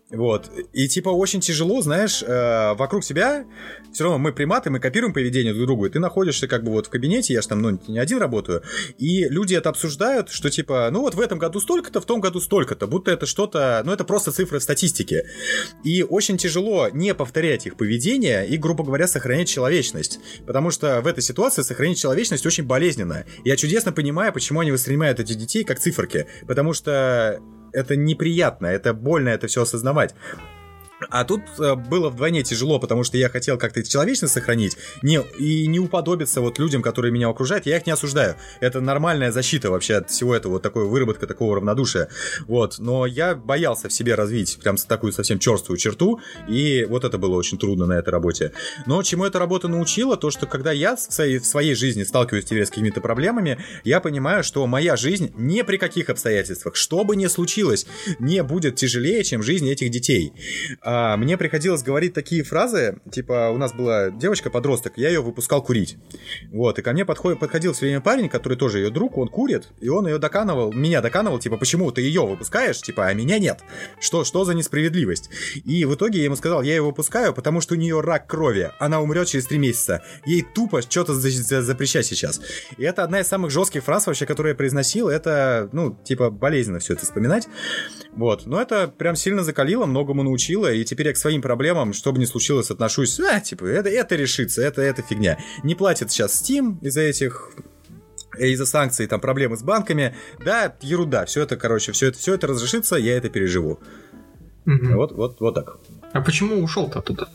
Вот. И типа очень тяжело, знаешь, э, вокруг себя все равно мы приматы, мы копируем поведение друг другу, и ты находишься как бы вот в кабинете, я же там, ну, не один работаю, и люди это обсуждают, что типа, ну вот в этом году столько-то, в том году столько-то, будто это что-то, ну это просто цифры в статистике. И очень тяжело не повторять их поведение и, грубо говоря, сохранять человечность, потому что в этой ситуации сохранить человечность очень болезненно. Я чудесно понимаю, почему они воспринимают этих детей как циферки, потому что это неприятно, это больно это все осознавать. А тут э, было вдвойне тяжело, потому что я хотел как-то человечность сохранить не, и не уподобиться вот людям, которые меня окружают. Я их не осуждаю. Это нормальная защита вообще от всего этого, вот такой выработка такого равнодушия. Вот. Но я боялся в себе развить прям такую совсем черствую черту, и вот это было очень трудно на этой работе. Но чему эта работа научила, то, что когда я в своей, в своей жизни сталкиваюсь теперь с какими-то проблемами, я понимаю, что моя жизнь ни при каких обстоятельствах, что бы ни случилось, не будет тяжелее, чем жизнь этих детей. А, мне приходилось говорить такие фразы, типа, у нас была девочка-подросток, я ее выпускал курить. Вот, и ко мне подходит, подходил все время парень, который тоже ее друг, он курит, и он ее доканывал, меня доканывал, типа, почему ты ее выпускаешь, типа, а меня нет? Что, что за несправедливость? И в итоге я ему сказал, я ее выпускаю, потому что у нее рак крови, она умрет через три месяца, ей тупо что-то запрещать сейчас. И это одна из самых жестких фраз вообще, которую я произносил, это, ну, типа, болезненно все это вспоминать. Вот, но это прям сильно закалило, многому научило, и теперь я к своим проблемам, что бы ни случилось, отношусь, а, типа, это, это решится, это, это фигня. Не платит сейчас Steam из-за этих, из-за санкций, там, проблемы с банками, да, ерунда, все это, короче, все это, все это разрешится, я это переживу. Угу. Вот, вот, вот так. А почему ушел-то оттуда?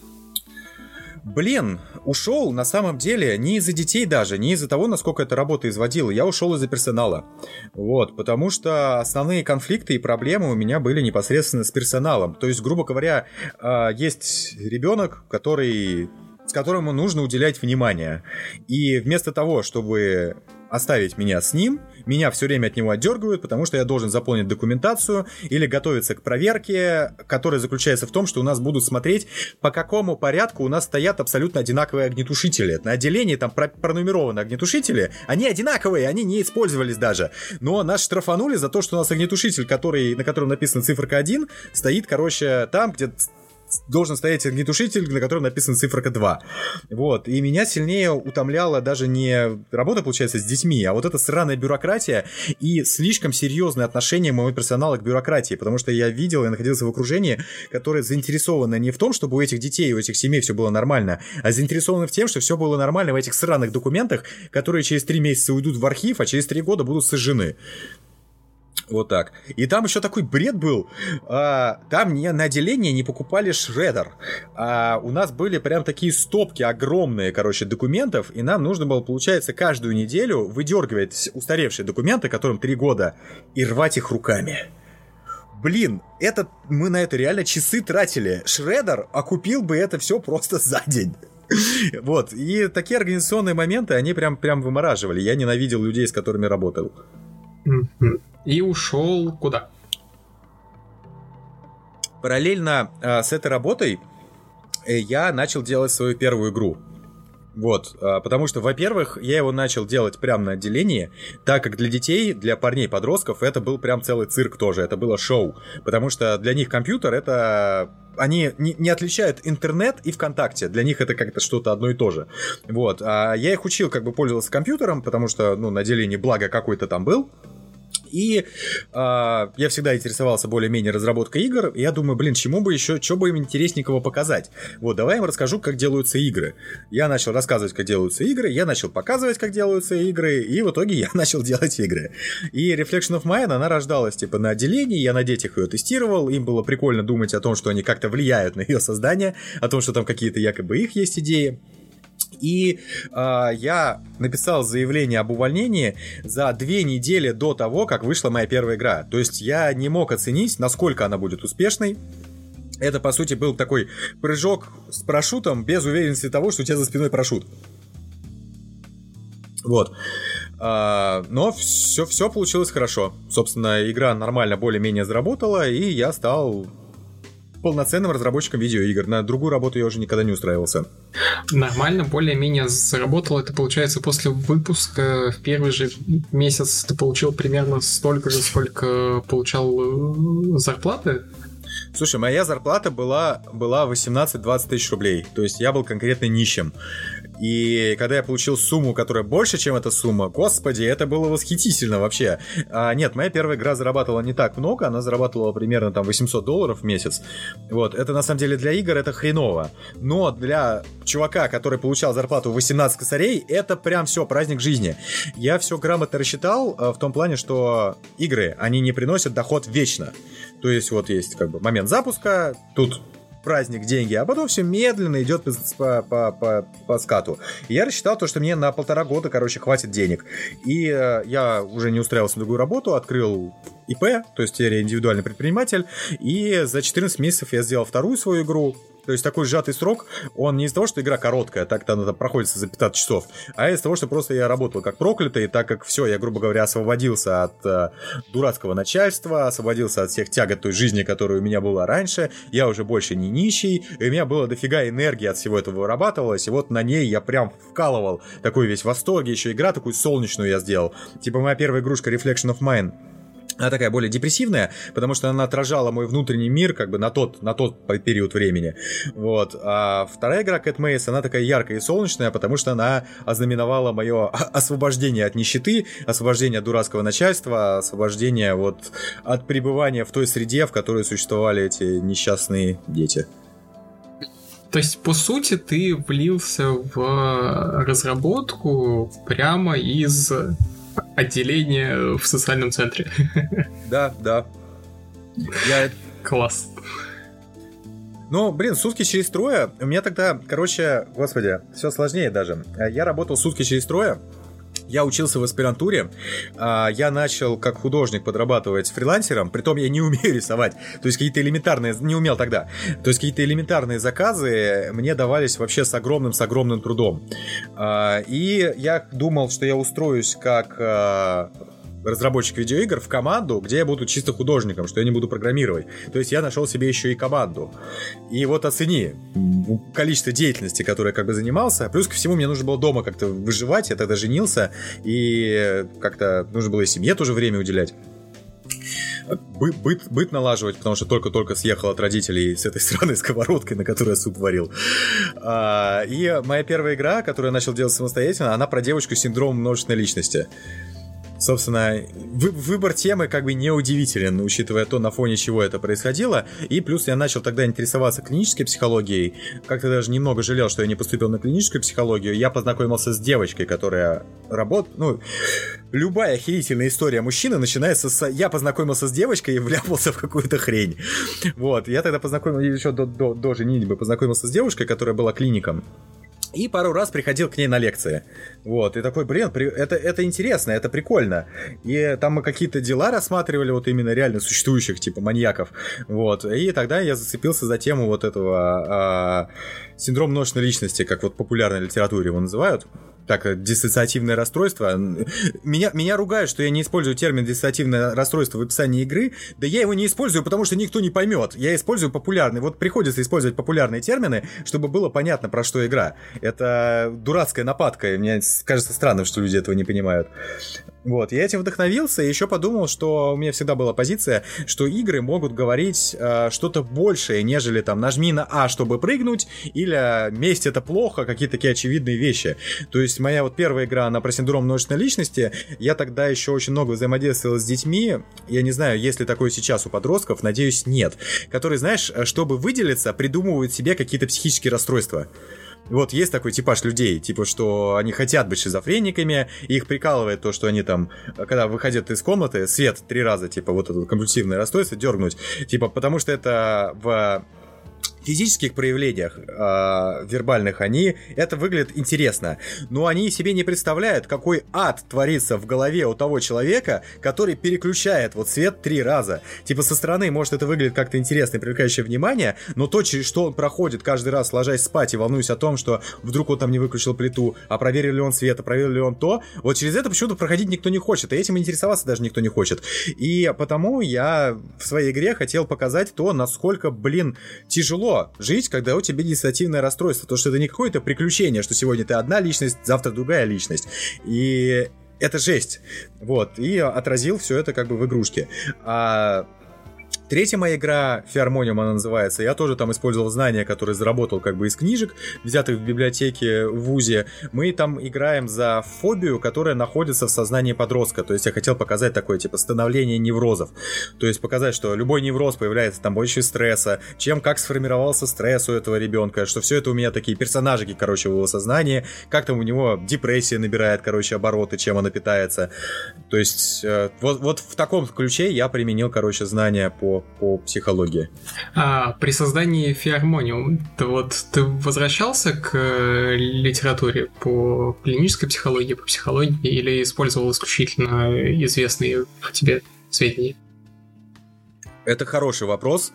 Блин, ушел на самом деле не из-за детей даже, не из-за того, насколько эта работа изводила. Я ушел из-за персонала. Вот, потому что основные конфликты и проблемы у меня были непосредственно с персоналом. То есть, грубо говоря, есть ребенок, который, с которым нужно уделять внимание. И вместо того, чтобы оставить меня с ним, меня все время от него отдергивают, потому что я должен заполнить документацию или готовиться к проверке, которая заключается в том, что у нас будут смотреть, по какому порядку у нас стоят абсолютно одинаковые огнетушители. На отделении там пронумерованы огнетушители, они одинаковые, они не использовались даже. Но нас штрафанули за то, что у нас огнетушитель, который, на котором написана циферка один, стоит, короче, там, где должен стоять огнетушитель, на котором написана циферка два. Вот. И меня сильнее утомляла даже не работа, получается, с детьми, а вот эта сраная бюрократия и слишком серьезное отношение моего персонала к бюрократии, потому что я видел, я находился в окружении, которое заинтересовано не в том, чтобы у этих детей, у этих семей все было нормально, а заинтересовано в том, что все было нормально в этих сраных документах, которые через три месяца уйдут в архив, а через три года будут сожжены. Вот так. И там еще такой бред был. А, там не, на отделении не покупали шредер. А у нас были прям такие стопки огромные, короче, документов. И нам нужно было, получается, каждую неделю выдергивать устаревшие документы, которым три года, и рвать их руками. Блин, это, мы на это реально часы тратили. Шредер окупил бы это все просто за день. Вот. И такие организационные моменты, они прям, прям вымораживали. Я ненавидел людей, с которыми работал. И ушел куда? Параллельно э, с этой работой э, я начал делать свою первую игру. Вот, э, потому что, во-первых, я его начал делать прямо на отделении, так как для детей, для парней-подростков это был прям целый цирк тоже, это было шоу. Потому что для них компьютер это... Они не, не отличают интернет и ВКонтакте. Для них это как-то что-то одно и то же. Вот, а я их учил, как бы пользоваться компьютером, потому что, ну, на отделении благо какой-то там был. И э, я всегда интересовался более-менее разработкой игр. И я думаю, блин, чему бы еще, что бы им интересненького показать? Вот, давай я им расскажу, как делаются игры. Я начал рассказывать, как делаются игры, я начал показывать, как делаются игры, и в итоге я начал делать игры. И Reflection of Mine, она рождалась типа на отделении, я на детях ее тестировал, им было прикольно думать о том, что они как-то влияют на ее создание, о том, что там какие-то якобы их есть идеи. И э, я написал заявление об увольнении за две недели до того, как вышла моя первая игра. То есть я не мог оценить, насколько она будет успешной. Это, по сути, был такой прыжок с парашютом без уверенности того, что у тебя за спиной парашют. Вот. А, но все, все получилось хорошо. Собственно, игра нормально более-менее заработала, и я стал полноценным разработчиком видеоигр. На другую работу я уже никогда не устраивался. Нормально, более-менее заработал. Это, получается, после выпуска в первый же месяц ты получил примерно столько же, сколько получал зарплаты? Слушай, моя зарплата была, была восемнадцать-двадцать тысяч рублей. То есть я был конкретно нищим. И когда я получил сумму, которая больше, чем эта сумма, господи, это было восхитительно вообще. А, нет, моя первая игра зарабатывала не так много, она зарабатывала примерно там восемьсот долларов в месяц. Вот, это на самом деле для игр это хреново. Но для чувака, который получал зарплату восемнадцать косарей, это прям все, праздник жизни. Я все грамотно рассчитал в том плане, что игры, они не приносят доход вечно. То есть вот есть как бы момент запуска, тут праздник, деньги, а потом все медленно идет по, по, по, по скату. И я рассчитал то, что мне на полтора года, короче, хватит денег. И э, я уже не устраивался на другую работу, открыл ИП, то есть теперь я индивидуальный предприниматель, и за четырнадцать месяцев я сделал вторую свою игру. То есть такой сжатый срок, он не из-за того, что игра короткая, так-то она там проходится за пятнадцать часов, а из-за того, что просто я работал как проклятый, так как все, я, грубо говоря, освободился от э, дурацкого начальства, освободился от всех тягот той жизни, которая у меня была раньше, я уже больше не нищий, и у меня было дофига энергии от всего этого вырабатывалось, и вот на ней я прям вкалывал, такой весь в восторге, еще игра такую солнечную я сделал, типа моя первая игрушка Reflection of Mine. Она такая более депрессивная, потому что она отражала мой внутренний мир как бы на тот, на тот период времени. Вот. А вторая игра Cat Maze, она такая яркая и солнечная, потому что она ознаменовала мое освобождение от нищеты, освобождение от дурацкого начальства, освобождение вот от пребывания в той среде, в которой существовали эти несчастные дети. То есть, по сути, ты влился в разработку прямо из отделения в социальном центре. Да, да. Я... Класс. Ну, блин, сутки через трое. У меня тогда, короче, господи, все сложнее даже. Я работал сутки через трое. Я учился в аспирантуре, я начал как художник подрабатывать фрилансером, притом я не умею рисовать, то есть какие-то элементарные, не умел тогда, то есть какие-то элементарные заказы мне давались вообще с огромным, с огромным трудом. И я думал, что я устроюсь как разработчик видеоигр в команду, где я буду чисто художником, что я не буду программировать. То есть я нашел себе еще и команду. И вот оцени количество деятельности, которой я как бы занимался. Плюс ко всему мне нужно было дома как-то выживать. Я тогда женился. И как-то нужно было и семье тоже время уделять. Бы- быт, быт налаживать, потому что только-только съехал от родителей с этой сраной сковородкой, на которой я суп варил. А, и моя первая игра, которую я начал делать самостоятельно, она про девочку с синдромом множественной личности. Собственно, вы, выбор темы как бы неудивителен, учитывая то, на фоне чего это происходило. И плюс я начал тогда интересоваться клинической психологией. Как-то даже немного жалел, что я не поступил на клиническую психологию. Я познакомился с девочкой, которая работает... Ну, любая охерительная история мужчины начинается с... Я познакомился с девочкой и вляпался в какую-то хрень. Вот, я тогда познакомился... Еще до, до, до женитьбы познакомился с девушкой, которая была клиником. И пару раз приходил к ней на лекции. Вот, и такой, блин, это, это интересно, это прикольно. И там мы какие-то дела рассматривали, вот именно реально существующих, типа маньяков. Вот, и тогда я зацепился за тему вот этого а, синдрома множественной личности, как вот в популярной литературе его называют. Так, диссоциативное расстройство. Меня, меня ругают, что я не использую термин диссоциативное расстройство в описании игры. Да я его не использую, потому что никто не поймет. Я использую популярные. Вот приходится использовать популярные термины, чтобы было понятно, про что игра. Это дурацкая нападка. И мне кажется странным, что люди этого не понимают. Вот, я этим вдохновился и еще подумал, что у меня всегда была позиция, что игры могут говорить э, что-то большее, нежели там нажми на А, чтобы прыгнуть, или месть это плохо, какие-то такие очевидные вещи. То есть моя вот первая игра, она про синдром множественной личности, я тогда еще очень много взаимодействовал с детьми, я не знаю, есть ли такое сейчас у подростков, надеюсь, нет, которые, знаешь, чтобы выделиться, придумывают себе какие-то психические расстройства. Вот есть такой типаж людей, типа, что они хотят быть шизофрениками, и их прикалывает то, что они там, когда выходят из комнаты, свет три раза, типа, вот это компульсивное расстройство дергнуть, типа, потому что это в физических проявлениях э, вербальных они, это выглядит интересно, но они себе не представляют, какой ад творится в голове у того человека, который переключает вот свет три раза. Типа со стороны, может, это выглядит как-то интересно и привлекающее внимание, но то, через что он проходит каждый раз, ложась спать и волнуясь о том, что вдруг он там не выключил плиту, а проверил ли он свет, а проверил ли он то, вот через это почему-то проходить никто не хочет, и этим интересоваться даже никто не хочет. И потому я в своей игре хотел показать то, насколько, блин, тяжело жить, когда у тебя диссоциативное расстройство, то, что это не какое-то приключение, что сегодня ты одна личность, завтра другая личность. И это жесть. Вот. И отразил все это как бы в игрушке. А Третья моя игра, Фиармониум она называется, я тоже там использовал знания, которые заработал как бы из книжек, взятых в библиотеке в вузе. Мы там играем за фобию, которая находится в сознании подростка. То есть я хотел показать такое, типа, становление неврозов. То есть показать, что любой невроз появляется там больше стресса, чем как сформировался стресс у этого ребенка, что все это у меня такие персонажики, короче, в его сознании, как там у него депрессия набирает, короче, обороты, чем она питается. То есть э, вот, вот в таком ключе я применил, короче, знания по по психологии. А при создании Фиармониум ты вот ты возвращался к э, литературе по клинической психологии, по психологии, или использовал исключительно известные тебе сведения? Это хороший вопрос.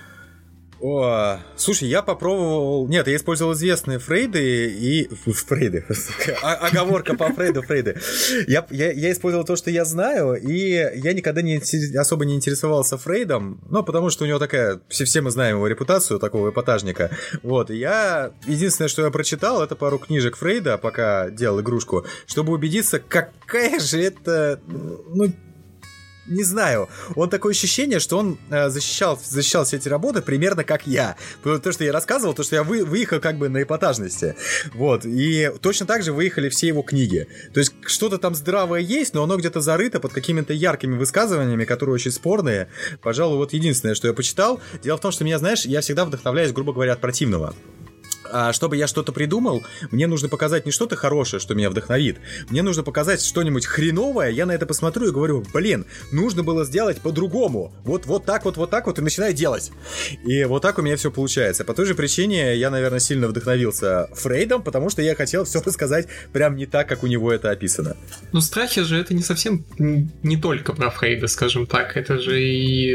О, слушай, я попробовал... Нет, я использовал известные Фрейды и... Фрейды. Оговорка по Фрейду, Фрейды. Я, я, я использовал то, что я знаю, и я никогда не, особо не интересовался Фрейдом, ну, потому что у него такая... Все, все мы знаем его репутацию, такого эпатажника. Вот, и я... Единственное, что я прочитал, это пару книжек Фрейда, пока делал игрушку, чтобы убедиться, какая же это... Ну, не знаю, он такое ощущение, что он э, защищал, защищал все эти работы примерно как я. То, что я рассказывал, то, что я вы, выехал как бы на эпатажности. Вот, и точно так же выехали все его книги. То есть что-то там здравое есть, но оно где-то зарыто под какими-то яркими высказываниями, которые очень спорные. Пожалуй, вот единственное, что я почитал. Дело в том, что меня, знаешь, я всегда вдохновляюсь, грубо говоря, от противного. А чтобы я что-то придумал, мне нужно показать не что-то хорошее, что меня вдохновит. Мне нужно показать что-нибудь хреновое, я на это посмотрю и говорю, блин, нужно было сделать по-другому. Вот, вот так вот, вот так вот, и начинаю делать. И вот так у меня все получается. По той же причине я, наверное, сильно вдохновился Фрейдом, потому что я хотел все рассказать прям не так, как у него это описано. Но страхи же это не совсем не только про Фрейда, скажем так. Это же и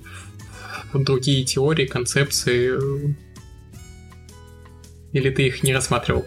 другие теории, концепции... Или ты их не рассматривал?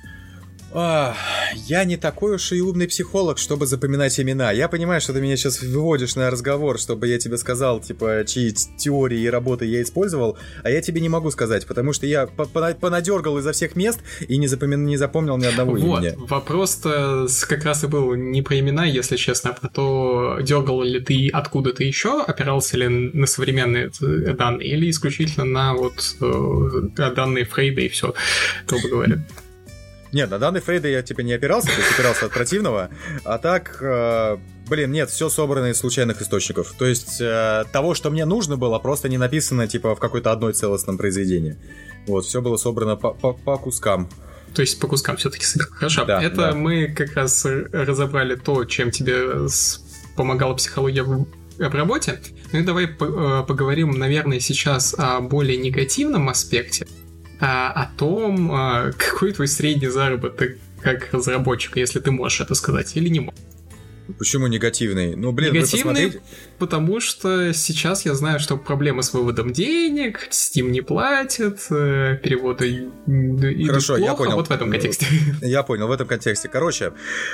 А, я не такой уж и умный психолог, чтобы запоминать имена. Я понимаю, что ты меня сейчас выводишь на разговор, чтобы я тебе сказал, типа, чьи теории и работы я использовал, а я тебе не могу сказать, потому что я понадергал изо всех мест и не, запомин... не запомнил ни одного вот, имени. Вот, вопрос-то как раз и был не про имена, если честно, а про то, дергал ли ты откуда-то еще, опирался ли на современные данные, или исключительно на вот данные Фрейда и все, грубо говоря. Нет, на данный Фрейда я типа не опирался, то есть опирался от противного, а так, э, блин, нет, все собрано из случайных источников. То есть э, того, что мне нужно было, просто не написано типа в какой-то одной целостном произведении. Вот, все было собрано по, по, по кускам. То есть по кускам все-таки собирал. Хорошо, да, это да. Мы как раз разобрали то, чем тебе помогала психология в работе. Ну и давай поговорим, наверное, сейчас о более негативном аспекте. А, о том, а, какой твой средний заработок как разработчика, если ты можешь это сказать, или не можешь. Почему негативный? Ну, блин, негативный, вы посмотрите. Потому что сейчас я знаю, что проблемы с выводом денег, Steam не платит, переводы идут Хорошо, плохо, я понял. Вот в этом контексте. Я понял, в этом контексте. Короче,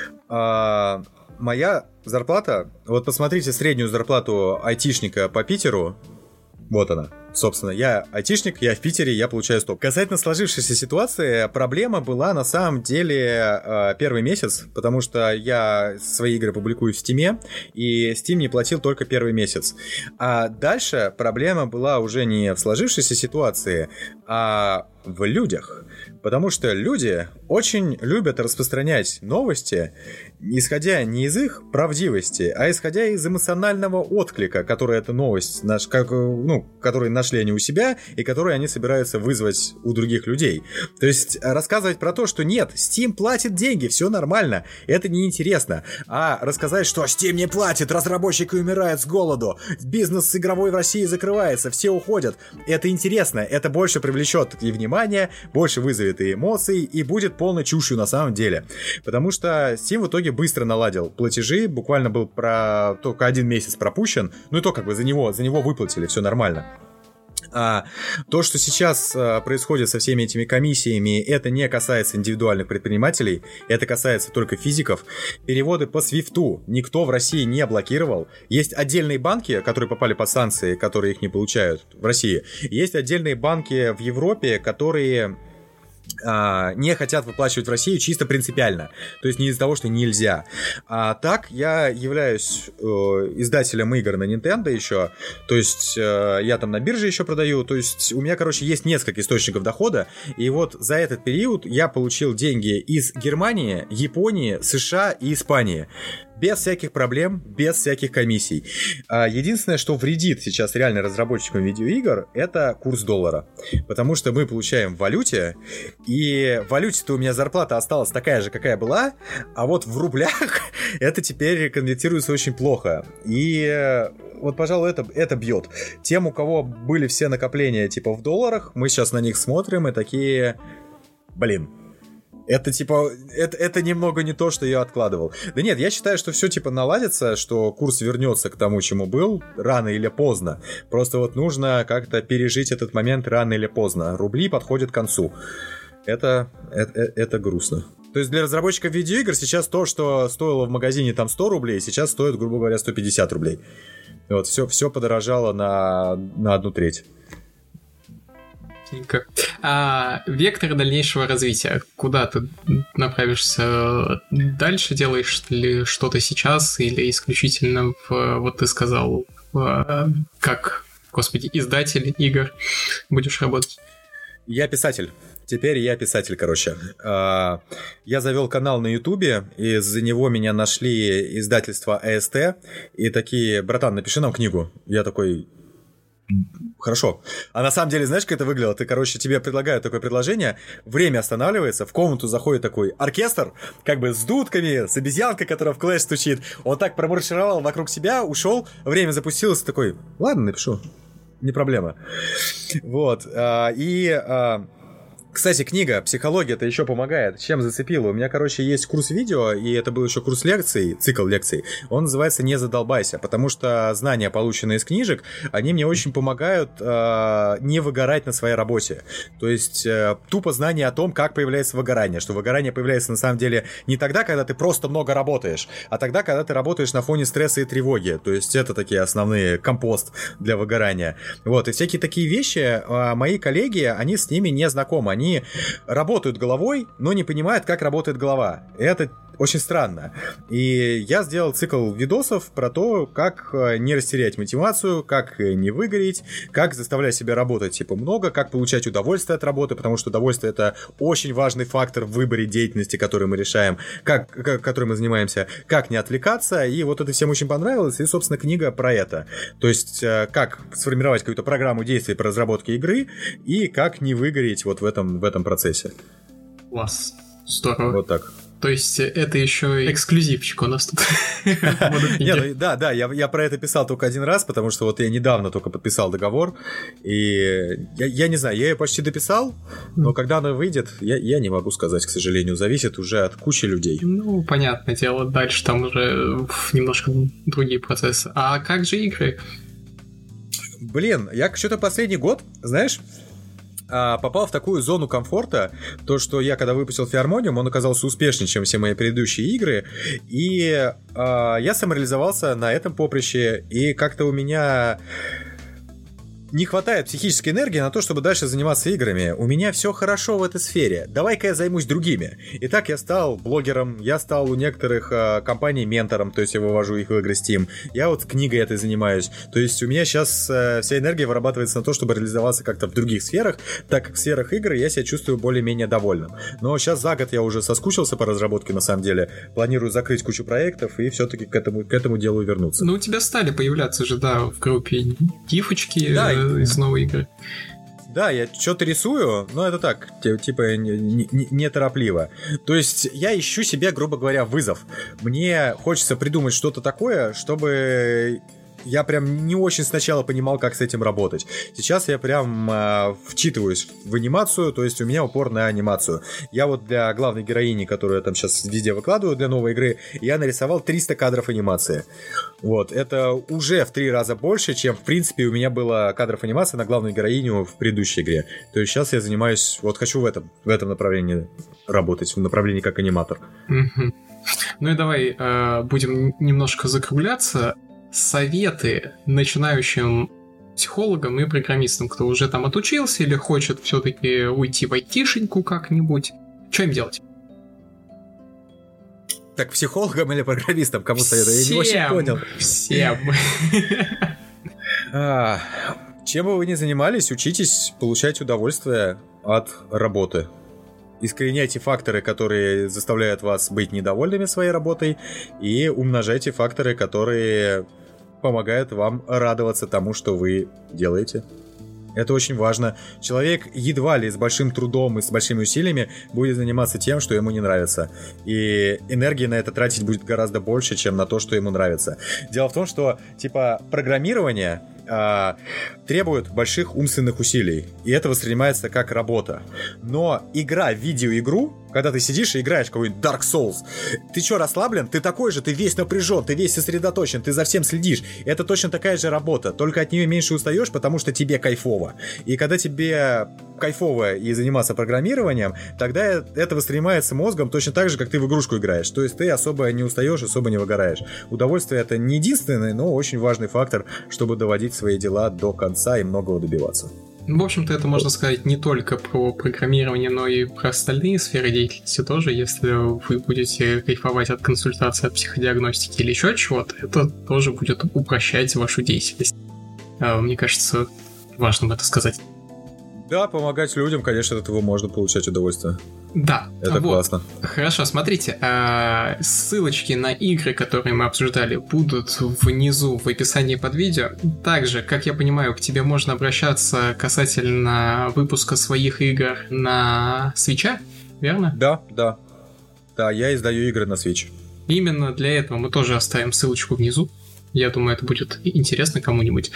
а, моя зарплата, вот посмотрите среднюю зарплату айтишника по Питеру, вот она. Собственно, я айтишник, я в Питере, я получаю стоп. Касательно сложившейся ситуации, проблема была на самом деле э, первый месяц, потому что я свои игры публикую в Steam, и Steam не платил только первый месяц. А дальше проблема была уже не в сложившейся ситуации, а в людях. Потому что люди очень любят распространять новости, исходя не из их правдивости, а исходя из эмоционального отклика, который эта новость, наш, как, ну, который нашли они у себя, и которые они собираются вызвать у других людей. То есть рассказывать про то, что нет, Steam платит деньги, все нормально, это неинтересно. А рассказать, что Steam не платит, разработчики умирают с голоду, бизнес игровой в России закрывается, все уходят, это интересно, это больше привлечет и внимание, больше вызовет и эмоций, и будет полной чушью на самом деле. Потому что Steam в итоге быстро наладил платежи, буквально был про только один месяц пропущен, ну и то как бы за него, за него выплатили, все нормально. А то, что сейчас а, происходит со всеми этими комиссиями, это не касается индивидуальных предпринимателей, это касается только физиков. Переводы по свифту никто в России не блокировал. Есть отдельные банки, которые попали под санкции, которые их не получают в России. Есть отдельные банки в Европе, которые... не хотят выплачивать в Россию чисто принципиально. То есть не из-за того, что нельзя. А так, я являюсь э, издателем игр на Nintendo еще. То есть э, я там на бирже еще продаю. То есть у меня, короче, есть несколько источников дохода. И вот за этот период я получил деньги из Германии, Японии, США и Испании. Без всяких проблем, без всяких комиссий. Единственное, что вредит сейчас реально разработчикам видеоигр, это курс доллара. Потому что мы получаем в валюте, и в валюте-то у меня зарплата осталась такая же, какая была, а вот в рублях это теперь конвертируется очень плохо. И вот, пожалуй, это, это бьет. Тем, у кого были все накопления типа в долларах, мы сейчас на них смотрим и такие... Блин. Это, типа, это, это немного не то, что я откладывал. Да нет, я считаю, что все, типа, наладится, что курс вернется к тому, чему был, рано или поздно. Просто вот нужно как-то пережить этот момент рано или поздно. Рубли подходят к концу. Это, это, это грустно. То есть для разработчиков видеоигр сейчас то, что стоило в магазине там сто рублей, сейчас стоит, грубо говоря, сто пятьдесят рублей. Вот, все, все подорожало на, на одну треть. А вектор дальнейшего развития. Куда ты направишься дальше? Делаешь ли что-то сейчас или исключительно в, вот ты сказал, в, как, господи, издатель игр будешь работать? Я писатель. Теперь я писатель, короче. Я завел канал на Ютубе, из-за него меня нашли издательство эй эс ти, и такие: братан, напиши нам книгу. Я такой... Хорошо. А на самом деле, знаешь, как это выглядело? Ты, короче, тебе предлагают такое предложение, время останавливается, в комнату заходит такой оркестр, как бы с дудками, с обезьянкой, которая в клэш стучит. Он так промаршировал вокруг себя, ушел, время запустилось, такой: ладно, напишу, не проблема. Вот. И... Кстати, книга «Психология»-то еще помогает. Чем зацепило? У меня, короче, есть курс видео, и это был еще курс лекций, цикл лекций. Он называется «Не задолбайся», потому что знания, полученные из книжек, они мне очень помогают э, не выгорать на своей работе. То есть э, тупо знание о том, как появляется выгорание. Что выгорание появляется на самом деле не тогда, когда ты просто много работаешь, а тогда, когда ты работаешь на фоне стресса и тревоги. То есть это такие основные компост для выгорания. Вот, и всякие такие вещи, э, мои коллеги, они с ними не знакомы. Они работают головой, но не понимают, как работает голова. И это очень странно. И я сделал цикл видосов про то, как не растерять мотивацию, как не выгореть, как заставлять себя работать типа много, как получать удовольствие от работы, потому что удовольствие — это очень важный фактор в выборе деятельности, который мы решаем, как, как, которой мы занимаемся, как не отвлекаться. И вот это всем очень понравилось. И, собственно, книга про это. То есть, как сформировать какую-то программу действий по разработке игры и как не выгореть вот в этом, в этом процессе. Класс. Здорово. Вот так. То есть это еще эксклюзивчик у нас тут. Нет, да, да, я, я про это писал только один раз, потому что вот я недавно только подписал договор, и я, я не знаю, я ее почти дописал, но когда она выйдет, я, я не могу сказать, к сожалению, зависит уже от кучи людей. Ну, понятное дело, дальше там уже немножко другие процессы. А как же игры? Блин, я что-то последний год, знаешь... попал в такую зону комфорта, то, что я, когда выпустил Фиармониум, он оказался успешнее, чем все мои предыдущие игры, и э, я самореализовался на этом поприще, и как-то у меня не хватает психической энергии на то, чтобы дальше заниматься играми. У меня все хорошо в этой сфере. Давай-ка я займусь другими. Итак, я стал блогером, я стал у некоторых э, компаний ментором, то есть я вывожу их в игры Steam. Я вот книгой этой занимаюсь. То есть у меня сейчас э, вся энергия вырабатывается на то, чтобы реализоваться как-то в других сферах, так как в сферах игр я себя чувствую более-менее довольным. Но сейчас за год я уже соскучился по разработке, на самом деле. Планирую закрыть кучу проектов и все-таки к этому, к этому делу вернуться. Ну, у тебя стали появляться же, да, в группе гифочки. Да, из новой игры. Да, я что-то рисую, но это так, типа неторопливо. То есть я ищу себе, грубо говоря, вызов. Мне хочется придумать что-то такое, чтобы... я прям не очень сначала понимал, как с этим работать. Сейчас я прям э, вчитываюсь в анимацию, то есть у меня упор на анимацию. Я вот для главной героини, которую я там сейчас везде выкладываю для новой игры, я нарисовал триста кадров анимации. Вот, это уже в три раза больше, чем, в принципе, у меня было кадров анимации на главную героиню в предыдущей игре. То есть сейчас я занимаюсь, вот хочу в этом, в этом направлении работать, в направлении как аниматор. Mm-hmm. Ну и давай э, будем немножко закругляться. Советы начинающим психологам и программистам, кто уже там отучился или хочет все-таки уйти в айтишеньку как-нибудь. Что им делать? Так психологам или программистам? Кому советую? Я не очень понял. Всем. А, чем бы вы ни занимались, учитесь получать удовольствие от работы. Искореняйте факторы, которые заставляют вас быть недовольными своей работой, и умножайте факторы, которые помогают вам радоваться тому, что вы делаете. Это очень важно. Человек едва ли с большим трудом и с большими усилиями будет заниматься тем, что ему не нравится. И энергии на это тратить будет гораздо больше, чем на то, что ему нравится. Дело в том, что типа программирование а, требует больших умственных усилий. И это воспринимается как работа. Но игра в видеоигру, когда ты сидишь и играешь какой-нибудь Dark Souls, ты что, расслаблен? Ты такой же, ты весь напряжен, ты весь сосредоточен, ты за всем следишь. Это точно такая же работа, только от нее меньше устаешь, потому что тебе кайфово. И когда тебе кайфово и заниматься программированием, тогда это воспринимается мозгом точно так же, как ты в игрушку играешь. То есть ты особо не устаешь, особо не выгораешь. Удовольствие — это не единственный, но очень важный фактор, чтобы доводить свои дела до конца и многого добиваться. В общем-то, это можно сказать не только про программирование, но и про остальные сферы деятельности тоже. Если вы будете кайфовать от консультации, от психодиагностики или еще чего-то, это тоже будет упрощать вашу деятельность. Мне кажется, важным это сказать. Да, помогать людям, конечно, от этого можно получать удовольствие. Да. Это вот. Классно. Хорошо, смотрите, ссылочки на игры, которые мы обсуждали, будут внизу в описании под видео. Также, как я понимаю, к тебе можно обращаться касательно выпуска своих игр на Switch, верно? Да, да. Да, я издаю игры на Switch. Именно для этого мы тоже оставим ссылочку внизу. Я думаю, это будет интересно кому-нибудь.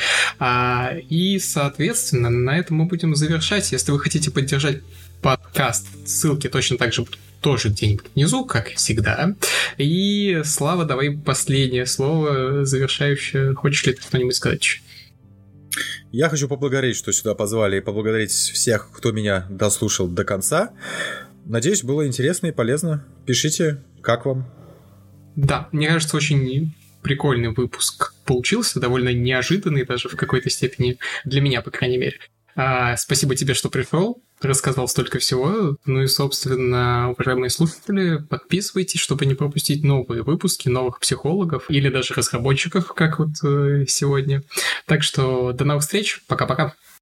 А, и, соответственно, на этом мы будем завершать. Если вы хотите поддержать подкаст, ссылки точно так же будут тоже где-нибудь внизу, как всегда. И, Слава, давай последнее слово завершающее. Хочешь ли ты что-нибудь сказать? Я хочу поблагодарить, что сюда позвали, и поблагодарить всех, кто меня дослушал до конца. Надеюсь, было интересно и полезно. Пишите, как вам. Да, мне кажется, очень прикольный выпуск получился, довольно неожиданный даже в какой-то степени, для меня, по крайней мере. А, спасибо тебе, что пришел, рассказал столько всего. Ну и, собственно, уважаемые слушатели, подписывайтесь, чтобы не пропустить новые выпуски новых психологов или даже разработчиков, как вот э, сегодня. Так что до новых встреч, пока-пока.